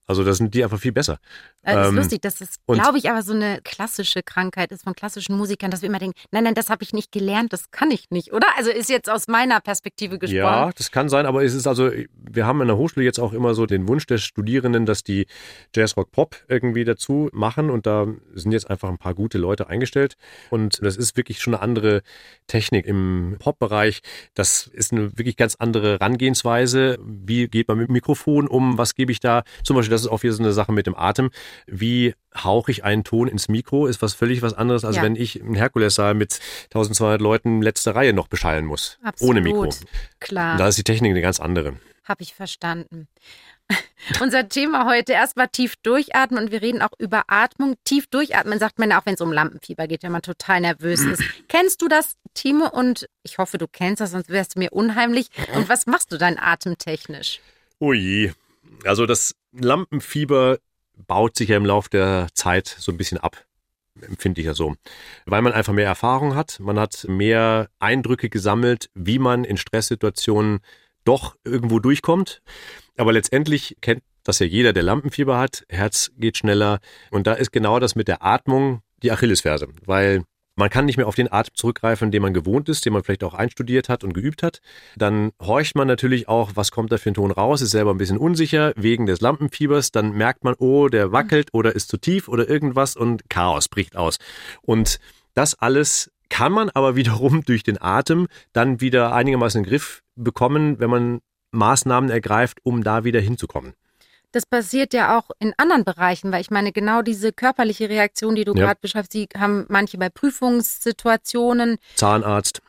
Also da sind die einfach viel besser. Das ist lustig, dass das, glaube ich, aber so eine klassische Krankheit ist von klassischen Musikern, dass wir immer denken, nein, das habe ich nicht gelernt, das kann ich nicht, oder? Also ist jetzt aus meiner Perspektive gesprochen. Ja, das kann sein, aber es ist also, wir haben in der Hochschule jetzt auch immer so den Wunsch der Studierenden, dass die Jazz, Rock, Pop irgendwie dazu machen und da sind jetzt einfach ein paar gute Leute eingestellt und das ist wirklich schon eine andere Technik im Pop-Bereich. Das ist eine wirklich ganz andere Herangehensweise. Wie geht man mit dem Mikrofon um? Was gebe ich da? Zum Beispiel, das ist auch wieder so eine Sache mit dem Atem. Wie hauche ich einen Ton ins Mikro? Ist völlig was anderes, als wenn ich einen Herkulessaal mit 1200 Leuten letzte Reihe noch beschallen muss. Absolut. Ohne Mikro. Klar. Und da ist die Technik eine ganz andere. Habe ich verstanden. Unser Thema heute erstmal tief durchatmen und wir reden auch über Atmung. Tief durchatmen sagt man ja auch, wenn es um Lampenfieber geht, wenn man total nervös ist. Kennst du das, Timo? Und ich hoffe, du kennst das, sonst wärst du mir unheimlich. Und was machst du dann atemtechnisch? Oh je. Also das Lampenfieber baut sich ja im Laufe der Zeit so ein bisschen ab, empfinde ich ja so. Weil man einfach mehr Erfahrung hat, man hat mehr Eindrücke gesammelt, wie man in Stresssituationen doch irgendwo durchkommt. Aber letztendlich kennt das ja jeder, der Lampenfieber hat, Herz geht schneller. Und da ist genau das mit der Atmung die Achillesferse, weil man kann nicht mehr auf den Atem zurückgreifen, den man gewohnt ist, den man vielleicht auch einstudiert hat und geübt hat. Dann horcht man natürlich auch, was kommt da für ein Ton raus, ist selber ein bisschen unsicher wegen des Lampenfiebers. Dann merkt man, oh, der wackelt oder ist zu tief oder irgendwas und Chaos bricht aus. Und das alles kann man aber wiederum durch den Atem dann wieder einigermaßen in den Griff bekommen, wenn man Maßnahmen ergreift, um da wieder hinzukommen. Das passiert ja auch in anderen Bereichen, weil ich meine, genau diese körperliche Reaktion, die du gerade beschreibst, die haben manche bei Prüfungssituationen. Zahnarzt,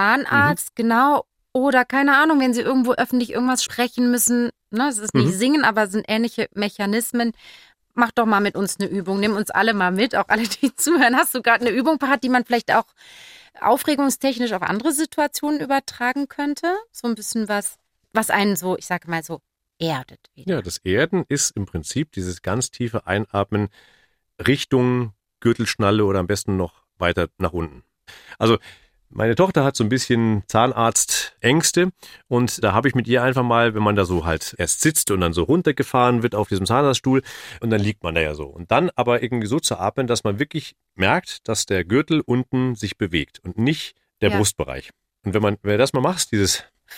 genau. Oder keine Ahnung, wenn sie irgendwo öffentlich irgendwas sprechen müssen. Ne, es ist nicht singen, aber es sind ähnliche Mechanismen. Mach doch mal mit uns eine Übung. Nimm uns alle mal mit, auch alle, die zuhören. Hast du gerade eine Übung parat, die man vielleicht auch aufregungstechnisch auf andere Situationen übertragen könnte? So ein bisschen was einen so, ich sage mal so, erdet wieder. Ja, das Erden ist im Prinzip dieses ganz tiefe Einatmen Richtung Gürtelschnalle oder am besten noch weiter nach unten. Also meine Tochter hat so ein bisschen Zahnarztängste und da habe ich mit ihr einfach mal, wenn man da so halt erst sitzt und dann so runtergefahren wird auf diesem Zahnarztstuhl und dann liegt man da ja so. Und dann aber irgendwie so zu atmen, dass man wirklich merkt, dass der Gürtel unten sich bewegt und nicht der Brustbereich. Und wenn du das mal machst, dieses...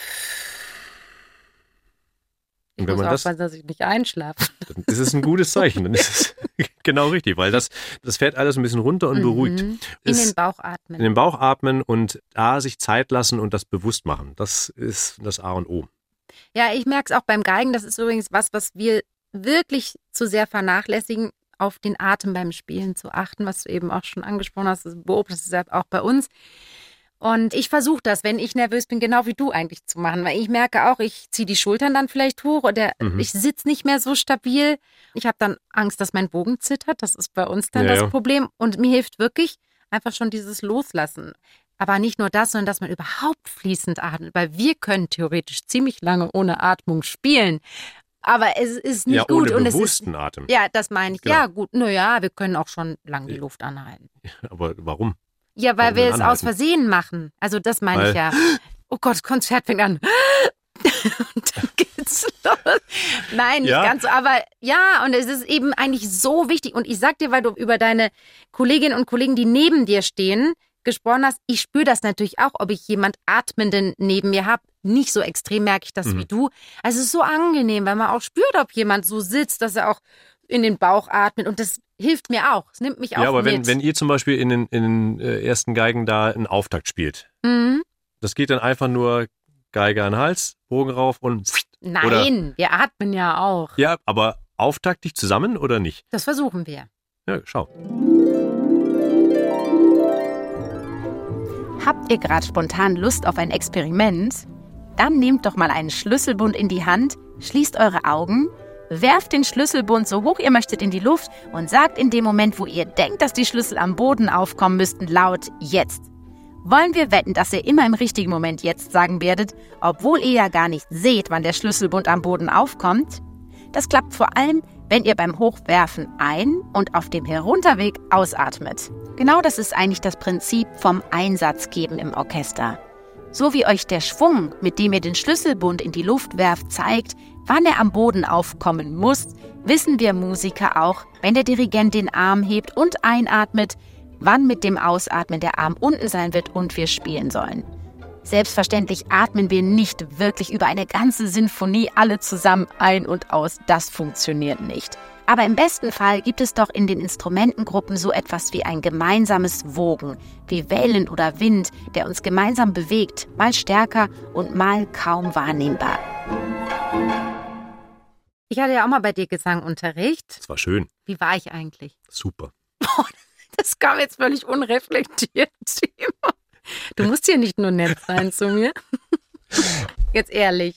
Ich muss aufpassen, dass ich nicht einschlafe. Das ist ein gutes Zeichen. Dann ist es genau richtig, weil das fährt alles ein bisschen runter und beruhigt. In den Bauch atmen. In den Bauch atmen und da sich Zeit lassen und das bewusst machen. Das ist das A und O. Ja, ich merke es auch beim Geigen. Das ist übrigens was wir wirklich zu sehr vernachlässigen, auf den Atem beim Spielen zu achten, was du eben auch schon angesprochen hast. Das beobachtest du auch bei uns. Und ich versuche das, wenn ich nervös bin, genau wie du eigentlich zu machen. Weil ich merke auch, ich ziehe die Schultern dann vielleicht hoch oder ich sitze nicht mehr so stabil. Ich habe dann Angst, dass mein Bogen zittert. Das ist bei uns dann das Problem. Und mir hilft wirklich einfach schon dieses Loslassen. Aber nicht nur das, sondern dass man überhaupt fließend atmet. Weil wir können theoretisch ziemlich lange ohne Atmung spielen. Aber es ist nicht gut. Ohne bewussten Atem. Ja, das meine ich. Genau. Ja, gut. Naja, wir können auch schon lange die Luft anhalten. Aber warum? Ja, weil wir es aus Versehen machen. Also das meine ich ja. Oh Gott, das Konzert fängt an. Und dann geht's los. Nein, nicht ganz so. Aber ja, und es ist eben eigentlich so wichtig. Und ich sag dir, weil du über deine Kolleginnen und Kollegen, die neben dir stehen, gesprochen hast, ich spüre das natürlich auch, ob ich jemand Atmenden neben mir habe. Nicht so extrem merke ich das wie du. Also es ist so angenehm, weil man auch spürt, ob jemand so sitzt, dass er auch in den Bauch atmet. Und das hilft mir auch. Es nimmt mich auch mit. Ja, aber wenn ihr zum Beispiel in den ersten Geigen da einen Auftakt spielt, das geht dann einfach nur Geige an den Hals, Bogen rauf und... Nein, wir atmen ja auch. Ja, aber auftaktig zusammen oder nicht? Das versuchen wir. Ja, schau. Habt ihr gerade spontan Lust auf ein Experiment? Dann nehmt doch mal einen Schlüsselbund in die Hand, schließt eure Augen, werft den Schlüsselbund so hoch ihr möchtet in die Luft und sagt in dem Moment, wo ihr denkt, dass die Schlüssel am Boden aufkommen müssten, laut jetzt. Wollen wir wetten, dass ihr immer im richtigen Moment jetzt sagen werdet, obwohl ihr ja gar nicht seht, wann der Schlüsselbund am Boden aufkommt? Das klappt vor allem, wenn ihr beim Hochwerfen ein- und auf dem Herunterweg ausatmet. Genau das ist eigentlich das Prinzip vom Einsatzgeben im Orchester. So wie euch der Schwung, mit dem ihr den Schlüsselbund in die Luft werft, zeigt, wann er am Boden aufkommen muss, wissen wir Musiker auch, wenn der Dirigent den Arm hebt und einatmet, wann mit dem Ausatmen der Arm unten sein wird und wir spielen sollen. Selbstverständlich atmen wir nicht wirklich über eine ganze Sinfonie alle zusammen ein und aus. Das funktioniert nicht. Aber im besten Fall gibt es doch in den Instrumentengruppen so etwas wie ein gemeinsames Wogen, wie Wellen oder Wind, der uns gemeinsam bewegt, mal stärker und mal kaum wahrnehmbar. Ich hatte ja auch mal bei dir Gesangunterricht. Das war schön. Wie war ich eigentlich? Super. Das kam jetzt völlig unreflektiert. Du musst hier nicht nur nett sein zu mir. Jetzt ehrlich.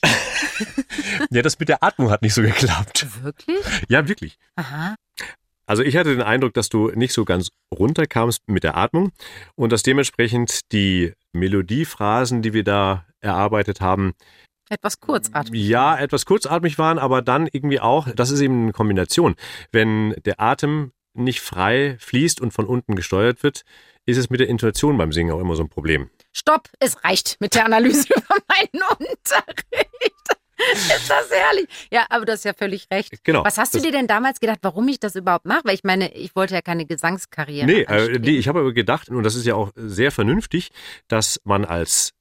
Ja, das mit der Atmung hat nicht so geklappt. Wirklich? Ja, wirklich. Aha. Also ich hatte den Eindruck, dass du nicht so ganz runterkamst mit der Atmung und dass dementsprechend die Melodiephrasen, die wir da erarbeitet haben, Etwas kurzatmig. ja, etwas kurzatmig waren, aber dann irgendwie auch, das ist eben eine Kombination. Wenn der Atem nicht frei fließt und von unten gesteuert wird, ist es mit der Intonation beim Singen auch immer so ein Problem. Stopp, es reicht mit der Analyse über meinen Unterricht. Ist das herrlich? Ja, aber du hast ja völlig recht. Genau. Was hast du dir denn damals gedacht, warum ich das überhaupt mache? Weil ich meine, ich wollte ja keine Gesangskarriere anstreben. Nee, ich habe aber gedacht, und das ist ja auch sehr vernünftig, dass man als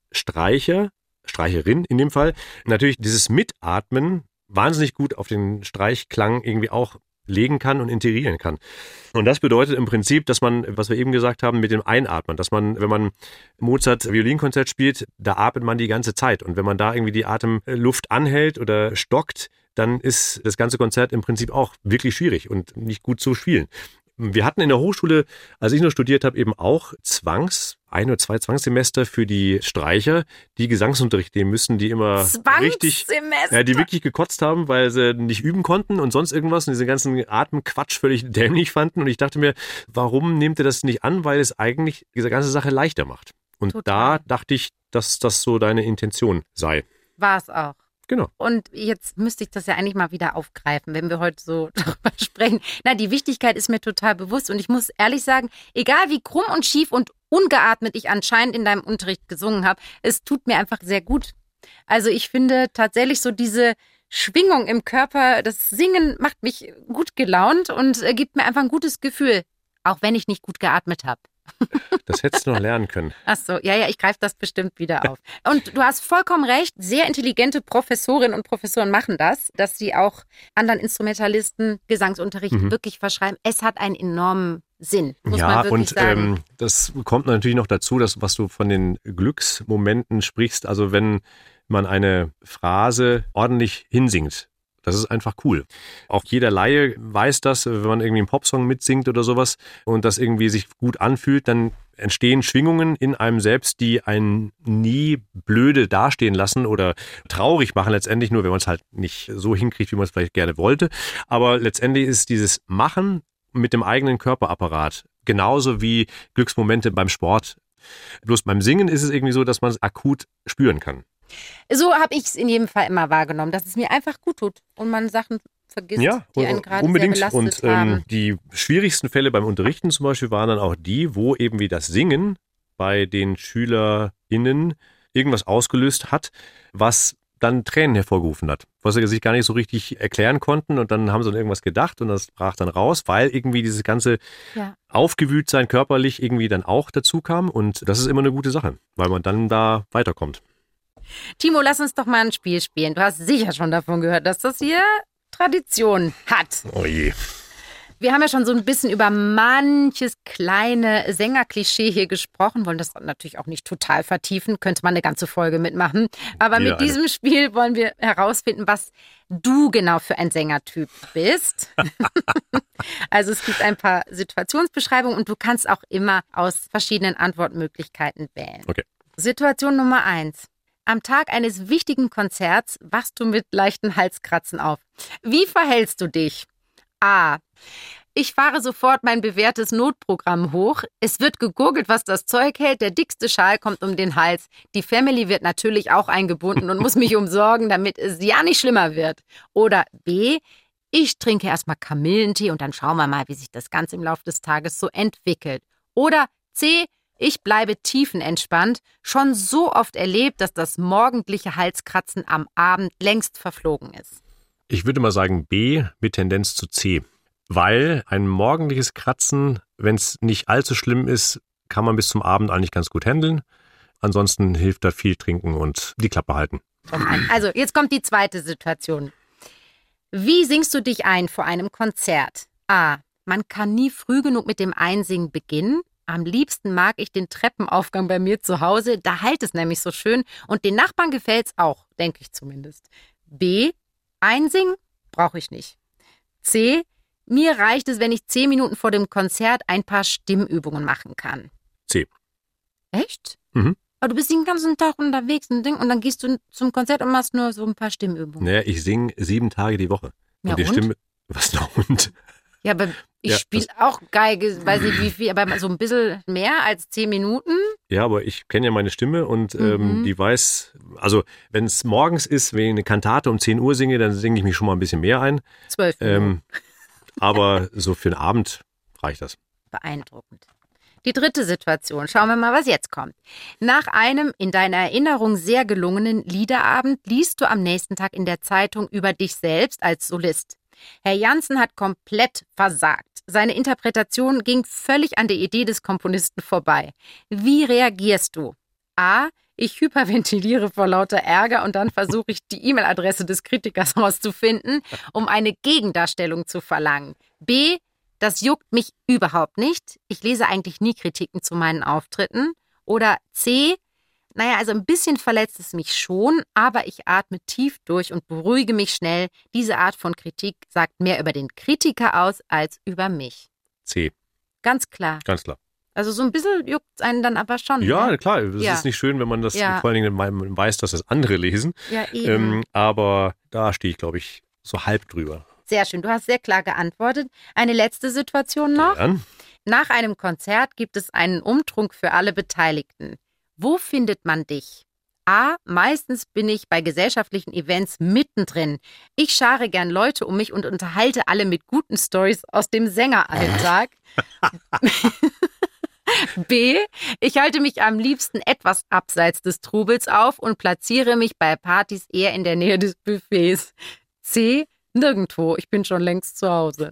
Streicherin in dem Fall, natürlich dieses Mitatmen wahnsinnig gut auf den Streichklang irgendwie auch legen kann und integrieren kann. Und das bedeutet im Prinzip, dass man, was wir eben gesagt haben, mit dem Einatmen, dass man, wenn man Mozart Violinkonzert spielt, da atmet man die ganze Zeit. Und wenn man da irgendwie die Atemluft anhält oder stockt, dann ist das ganze Konzert im Prinzip auch wirklich schwierig und nicht gut zu spielen. Wir hatten in der Hochschule, als ich noch studiert habe, eben auch ein oder zwei Zwangssemester für die Streicher, die Gesangsunterricht nehmen müssen, die immer richtig, die wirklich gekotzt haben, weil sie nicht üben konnten und sonst irgendwas und diesen ganzen Atemquatsch völlig dämlich fanden. Und ich dachte mir, warum nehmt ihr das nicht an? Weil es eigentlich diese ganze Sache leichter macht. Und Total. da dachte ich, dass das so deine Intention sei. War es auch. Genau. Und jetzt müsste ich das ja eigentlich mal wieder aufgreifen, wenn wir heute so darüber sprechen. Na, die Wichtigkeit ist mir total bewusst und ich muss ehrlich sagen, egal wie krumm und schief und ungeatmet ich anscheinend in deinem Unterricht gesungen habe, es tut mir einfach sehr gut. Also ich finde tatsächlich so diese Schwingung im Körper, das Singen macht mich gut gelaunt und gibt mir einfach ein gutes Gefühl, auch wenn ich nicht gut geatmet habe. Das hättest du noch lernen können. Ach so, ja, ich greife das bestimmt wieder auf. Und du hast vollkommen recht, sehr intelligente Professorinnen und Professoren machen das, dass sie auch anderen Instrumentalisten Gesangsunterricht wirklich verschreiben. Es hat einen enormen Sinn, muss man wirklich sagen. Das kommt natürlich noch dazu, dass was du von den Glücksmomenten sprichst, also wenn man eine Phrase ordentlich hinsingt. Das ist einfach cool. Auch jeder Laie weiß das, wenn man irgendwie einen Popsong mitsingt oder sowas und das irgendwie sich gut anfühlt, dann entstehen Schwingungen in einem selbst, die einen nie blöde dastehen lassen oder traurig machen letztendlich, nur wenn man es halt nicht so hinkriegt, wie man es vielleicht gerne wollte. Aber letztendlich ist dieses Machen mit dem eigenen Körperapparat genauso wie Glücksmomente beim Sport. Bloß beim Singen ist es irgendwie so, dass man es akut spüren kann. So habe ich es in jedem Fall immer wahrgenommen, dass es mir einfach gut tut und man Sachen vergisst, die einen gerade unbedingt. sehr belastet Und haben. Die schwierigsten Fälle beim Unterrichten zum Beispiel waren dann auch die, wo eben wie das Singen bei den SchülerInnen irgendwas ausgelöst hat, was dann Tränen hervorgerufen hat, was sie sich gar nicht so richtig erklären konnten und dann haben sie an irgendwas gedacht und das brach dann raus, weil irgendwie dieses ganze Aufgewühltsein körperlich irgendwie dann auch dazu kam und das ist immer eine gute Sache, weil man dann da weiterkommt. Timo, lass uns doch mal ein Spiel spielen. Du hast sicher schon davon gehört, dass das hier Tradition hat. Oh je. Wir haben ja schon so ein bisschen über manches kleine Sängerklischee hier gesprochen, wollen das natürlich auch nicht total vertiefen, könnte man eine ganze Folge mitmachen. Aber mit diesem Spiel wollen wir herausfinden, was du genau für ein Sängertyp bist. Also es gibt ein paar Situationsbeschreibungen und du kannst auch immer aus verschiedenen Antwortmöglichkeiten wählen. Okay. Situation Nummer 1. Am Tag eines wichtigen Konzerts wachst du mit leichten Halskratzen auf. Wie verhältst du dich? A. Ich fahre sofort mein bewährtes Notprogramm hoch. Es wird gegurgelt, was das Zeug hält. Der dickste Schal kommt um den Hals. Die Family wird natürlich auch eingebunden und muss mich umsorgen, damit es ja nicht schlimmer wird. Oder B. Ich trinke erstmal Kamillentee und dann schauen wir mal, wie sich das Ganze im Laufe des Tages so entwickelt. Oder C. Ich bleibe tiefenentspannt, schon so oft erlebt, dass das morgendliche Halskratzen am Abend längst verflogen ist. Ich würde mal sagen B mit Tendenz zu C, weil ein morgendliches Kratzen, wenn es nicht allzu schlimm ist, kann man bis zum Abend eigentlich ganz gut handeln. Ansonsten hilft da viel trinken und die Klappe halten. Also, jetzt kommt die zweite Situation. Wie singst du dich ein vor einem Konzert? A. Man kann nie früh genug mit dem Einsingen beginnen. Am liebsten mag ich den Treppenaufgang bei mir zu Hause. Da halt es nämlich so schön. Und den Nachbarn gefällt's auch, denke ich zumindest. B. Einsingen? Brauche ich nicht. C. Mir reicht es, wenn ich 10 Minuten vor dem Konzert ein paar Stimmübungen machen kann. C. Echt? Mhm. Aber du bist den ganzen Tag unterwegs und dann gehst du zum Konzert und machst nur so ein paar Stimmübungen. Naja, ich singe 7 Tage die Woche. Ja, die und? Stimme, was noch und? Ja, aber ich spiele auch Geige, weiß nicht wie viel, aber so ein bisschen mehr als 10 Minuten. Ja, aber ich kenne ja meine Stimme und die weiß, also wenn es morgens ist, wenn ich eine Kantate um 10 Uhr singe, dann singe ich mich schon mal ein bisschen mehr ein. 12 Minuten. Aber so für den Abend reicht das. Beeindruckend. Die dritte Situation. Schauen wir mal, was jetzt kommt. Nach einem in deiner Erinnerung sehr gelungenen Liederabend liest du am nächsten Tag in der Zeitung über dich selbst als Solist. Herr Jansen hat komplett versagt. Seine Interpretation ging völlig an der Idee des Komponisten vorbei. Wie reagierst du? A. Ich hyperventiliere vor lauter Ärger und dann versuche ich, die E-Mail-Adresse des Kritikers rauszufinden, um eine Gegendarstellung zu verlangen. B. Das juckt mich überhaupt nicht. Ich lese eigentlich nie Kritiken zu meinen Auftritten. Oder C. Naja, also ein bisschen verletzt es mich schon, aber ich atme tief durch und beruhige mich schnell. Diese Art von Kritik sagt mehr über den Kritiker aus als über mich. C. Ganz klar. Ganz klar. Also so ein bisschen juckt es einen dann aber schon. Ja, ne? klar. Es ist nicht schön, wenn man das vor allen Dingen weiß, dass das andere lesen. Ja, eben. Aber da stehe ich, glaube ich, so halb drüber. Sehr schön, du hast sehr klar geantwortet. Eine letzte Situation noch. Gern. Nach einem Konzert gibt es einen Umtrunk für alle Beteiligten. Wo findet man dich? A. Meistens bin ich bei gesellschaftlichen Events mittendrin. Ich schare gern Leute um mich und unterhalte alle mit guten Storys aus dem Sängeralltag. B. Ich halte mich am liebsten etwas abseits des Trubels auf und platziere mich bei Partys eher in der Nähe des Buffets. C. Nirgendwo, ich bin schon längst zu Hause.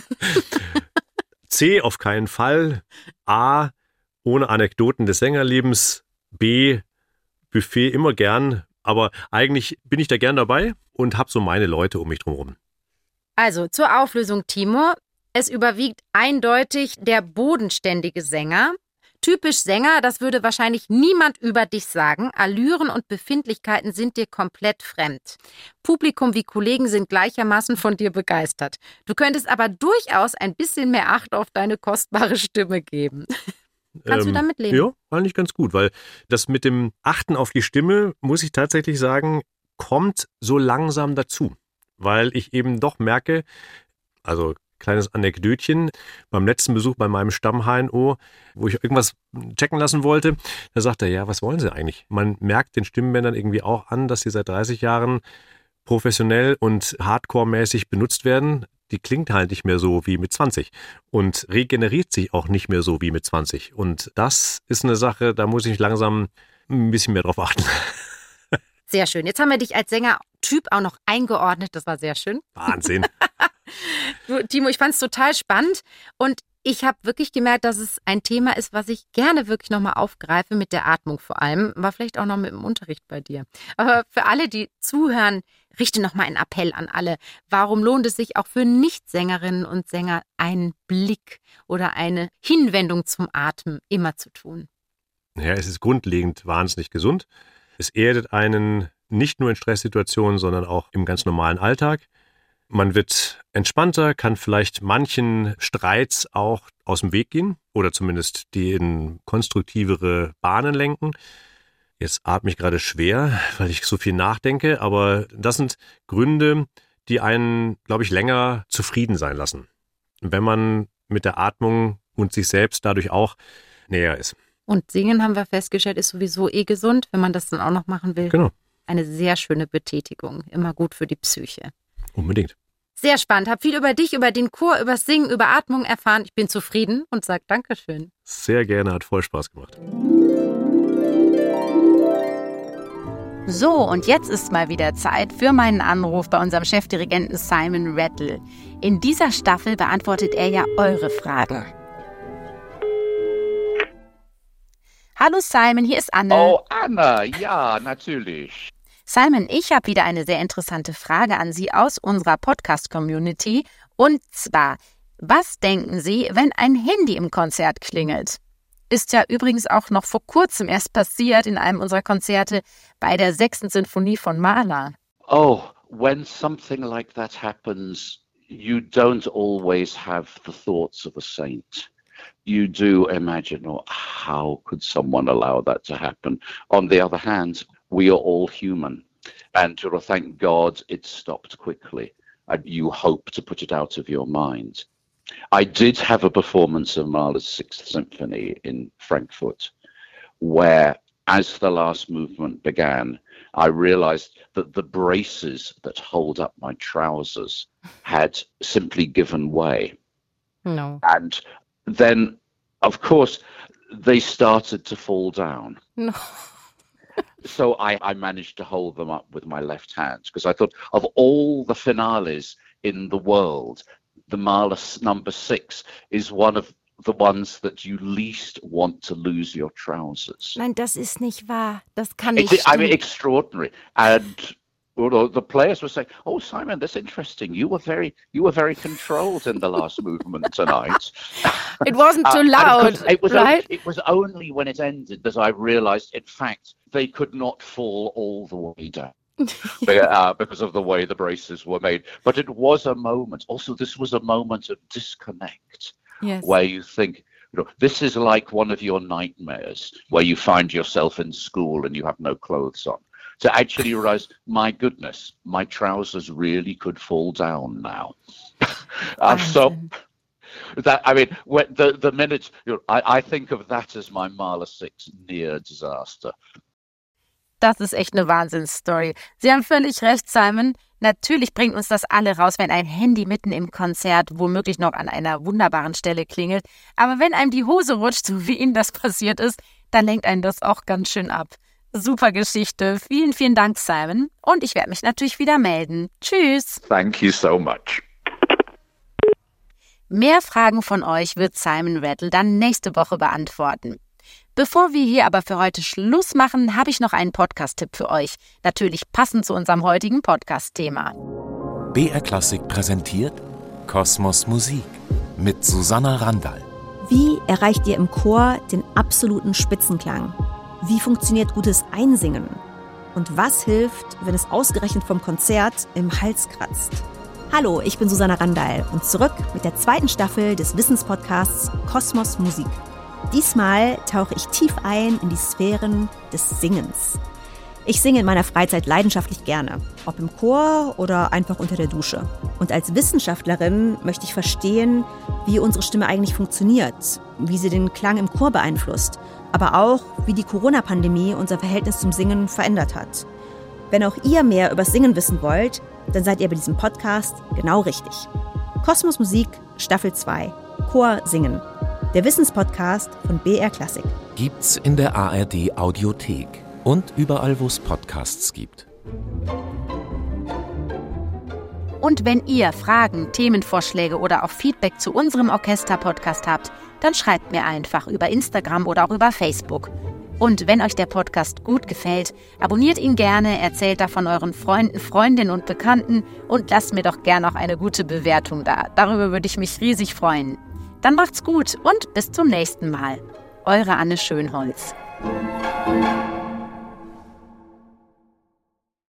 C. Auf keinen Fall. A. Ohne Anekdoten des Sängerlebens. B. Buffet immer gern, aber eigentlich bin ich da gern dabei und habe so meine Leute um mich drumherum. Also zur Auflösung, Timur. Es überwiegt eindeutig der bodenständige Sänger. Typisch Sänger, das würde wahrscheinlich niemand über dich sagen. Allüren und Befindlichkeiten sind dir komplett fremd. Publikum wie Kollegen sind gleichermaßen von dir begeistert. Du könntest aber durchaus ein bisschen mehr Acht auf deine kostbare Stimme geben. Kannst du damit leben? Ja, eigentlich ganz gut, weil das mit dem Achten auf die Stimme, muss ich tatsächlich sagen, kommt so langsam dazu. Weil ich eben doch merke, also kleines Anekdötchen, beim letzten Besuch bei meinem Stamm-HNO, wo ich irgendwas checken lassen wollte, da sagte er, ja, was wollen Sie eigentlich? Man merkt den Stimmbändern irgendwie auch an, dass sie seit 30 Jahren professionell und hardcore-mäßig benutzt werden. Die klingt halt nicht mehr so wie mit 20 und regeneriert sich auch nicht mehr so wie mit 20. Und das ist eine Sache, da muss ich langsam ein bisschen mehr drauf achten. Sehr schön. Jetzt haben wir dich als Sängertyp auch noch eingeordnet. Das war sehr schön. Wahnsinn. Du, Timo, ich fand es total spannend und ich habe wirklich gemerkt, dass es ein Thema ist, was ich gerne wirklich nochmal aufgreife, mit der Atmung vor allem, war vielleicht auch noch mit dem Unterricht bei dir. Aber für alle, die zuhören, richte nochmal einen Appell an alle. Warum lohnt es sich auch für Nichtsängerinnen und Sänger, einen Blick oder eine Hinwendung zum Atmen immer zu tun? Ja, es ist grundlegend wahnsinnig gesund. Es erdet einen nicht nur in Stresssituationen, sondern auch im ganz normalen Alltag. Man wird entspannter, kann vielleicht manchen Streits auch aus dem Weg gehen oder zumindest die in konstruktivere Bahnen lenken. Jetzt atme ich gerade schwer, weil ich so viel nachdenke, aber das sind Gründe, die einen, glaube ich, länger zufrieden sein lassen, wenn man mit der Atmung und sich selbst dadurch auch näher ist. Und Singen, haben wir festgestellt, ist sowieso gesund, wenn man das dann auch noch machen will. Genau. Eine sehr schöne Betätigung, immer gut für die Psyche. Unbedingt. Sehr spannend. Hab viel über dich, über den Chor, über das Singen, über Atmung erfahren. Ich bin zufrieden und sag Dankeschön. Sehr gerne, hat voll Spaß gemacht. So, und jetzt ist mal wieder Zeit für meinen Anruf bei unserem Chefdirigenten Simon Rattle. In dieser Staffel beantwortet er ja eure Fragen. Hallo Simon, hier ist Anne. Oh, Anna, ja, natürlich. Simon, ich habe wieder eine sehr interessante Frage an Sie aus unserer Podcast-Community. Und zwar, was denken Sie, wenn ein Handy im Konzert klingelt? Ist ja übrigens auch noch vor kurzem erst passiert in einem unserer Konzerte bei der 6. Sinfonie von Mahler. Oh, when something like that happens, you don't always have the thoughts of a saint. You do imagine, oh, how could someone allow that to happen? On the other hand, we are all human. And thank God it stopped quickly. And you hope to put it out of your mind. I did have a performance of Mahler's Sixth Symphony in Frankfurt, where, as the last movement began, I realized that the braces that hold up my trousers had simply given way. No. And then, of course, they started to fall down. No. So I managed to hold them up with my left hand, because I thought of all the finales in the world, the Mahler number 6 is one of the ones that you least want to lose your trousers. Nein, das ist nicht wahr. Das kann nicht I mean, stimmen. extraordinary. And the players were saying, "Oh, Simon, that's interesting. You were very controlled in the last movement tonight." It wasn't too loud, right? It was only when it ended that I realized, in fact, they could not fall all the way down. Because of the way the braces were made. But it was a moment. Also, this was a moment of disconnect, Yes. where you think, this is like one of your nightmares, where you find yourself in school and you have no clothes on. To actually realize, my goodness, my trousers really could fall down now. So that, I mean, when the minute I think of that as my Mahler 6 near disaster. Das ist echt eine Wahnsinnsstory. Sie haben völlig recht, Simon. Natürlich bringt uns das alle raus, wenn ein Handy mitten im Konzert womöglich noch an einer wunderbaren Stelle klingelt. Aber wenn einem die Hose rutscht, so wie Ihnen das passiert ist, dann lenkt einen das auch ganz schön ab. Super Geschichte. Vielen, vielen Dank, Simon. Und ich werde mich natürlich wieder melden. Tschüss. Thank you so much. Mehr Fragen von euch wird Simon Rattle dann nächste Woche beantworten. Bevor wir hier aber für heute Schluss machen, habe ich noch einen Podcast-Tipp für euch. Natürlich passend zu unserem heutigen Podcast-Thema. BR Klassik präsentiert Kosmos Musik mit Susanna Randall. Wie erreicht ihr im Chor den absoluten Spitzenklang? Wie funktioniert gutes Einsingen? Und was hilft, wenn es ausgerechnet vom Konzert im Hals kratzt? Hallo, ich bin Susanna Randall und zurück mit der 2. Staffel des Wissenspodcasts Kosmos Musik. Diesmal tauche ich tief ein in die Sphären des Singens. Ich singe in meiner Freizeit leidenschaftlich gerne, ob im Chor oder einfach unter der Dusche. Und als Wissenschaftlerin möchte ich verstehen, wie unsere Stimme eigentlich funktioniert, wie sie den Klang im Chor beeinflusst, aber auch, wie die Corona-Pandemie unser Verhältnis zum Singen verändert hat. Wenn auch ihr mehr über Singen wissen wollt, dann seid ihr bei diesem Podcast genau richtig. Kosmos Musik, Staffel 2, Chor Singen. Der Wissenspodcast von BR Klassik. Gibt's in der ARD Audiothek und überall, wo es Podcasts gibt. Und wenn ihr Fragen, Themenvorschläge oder auch Feedback zu unserem Orchester-Podcast habt, dann schreibt mir einfach über Instagram oder auch über Facebook. Und wenn euch der Podcast gut gefällt, abonniert ihn gerne, erzählt davon euren Freunden, Freundinnen und Bekannten und lasst mir doch gerne auch eine gute Bewertung da. Darüber würde ich mich riesig freuen. Dann macht's gut und bis zum nächsten Mal. Eure Anne Schönholz.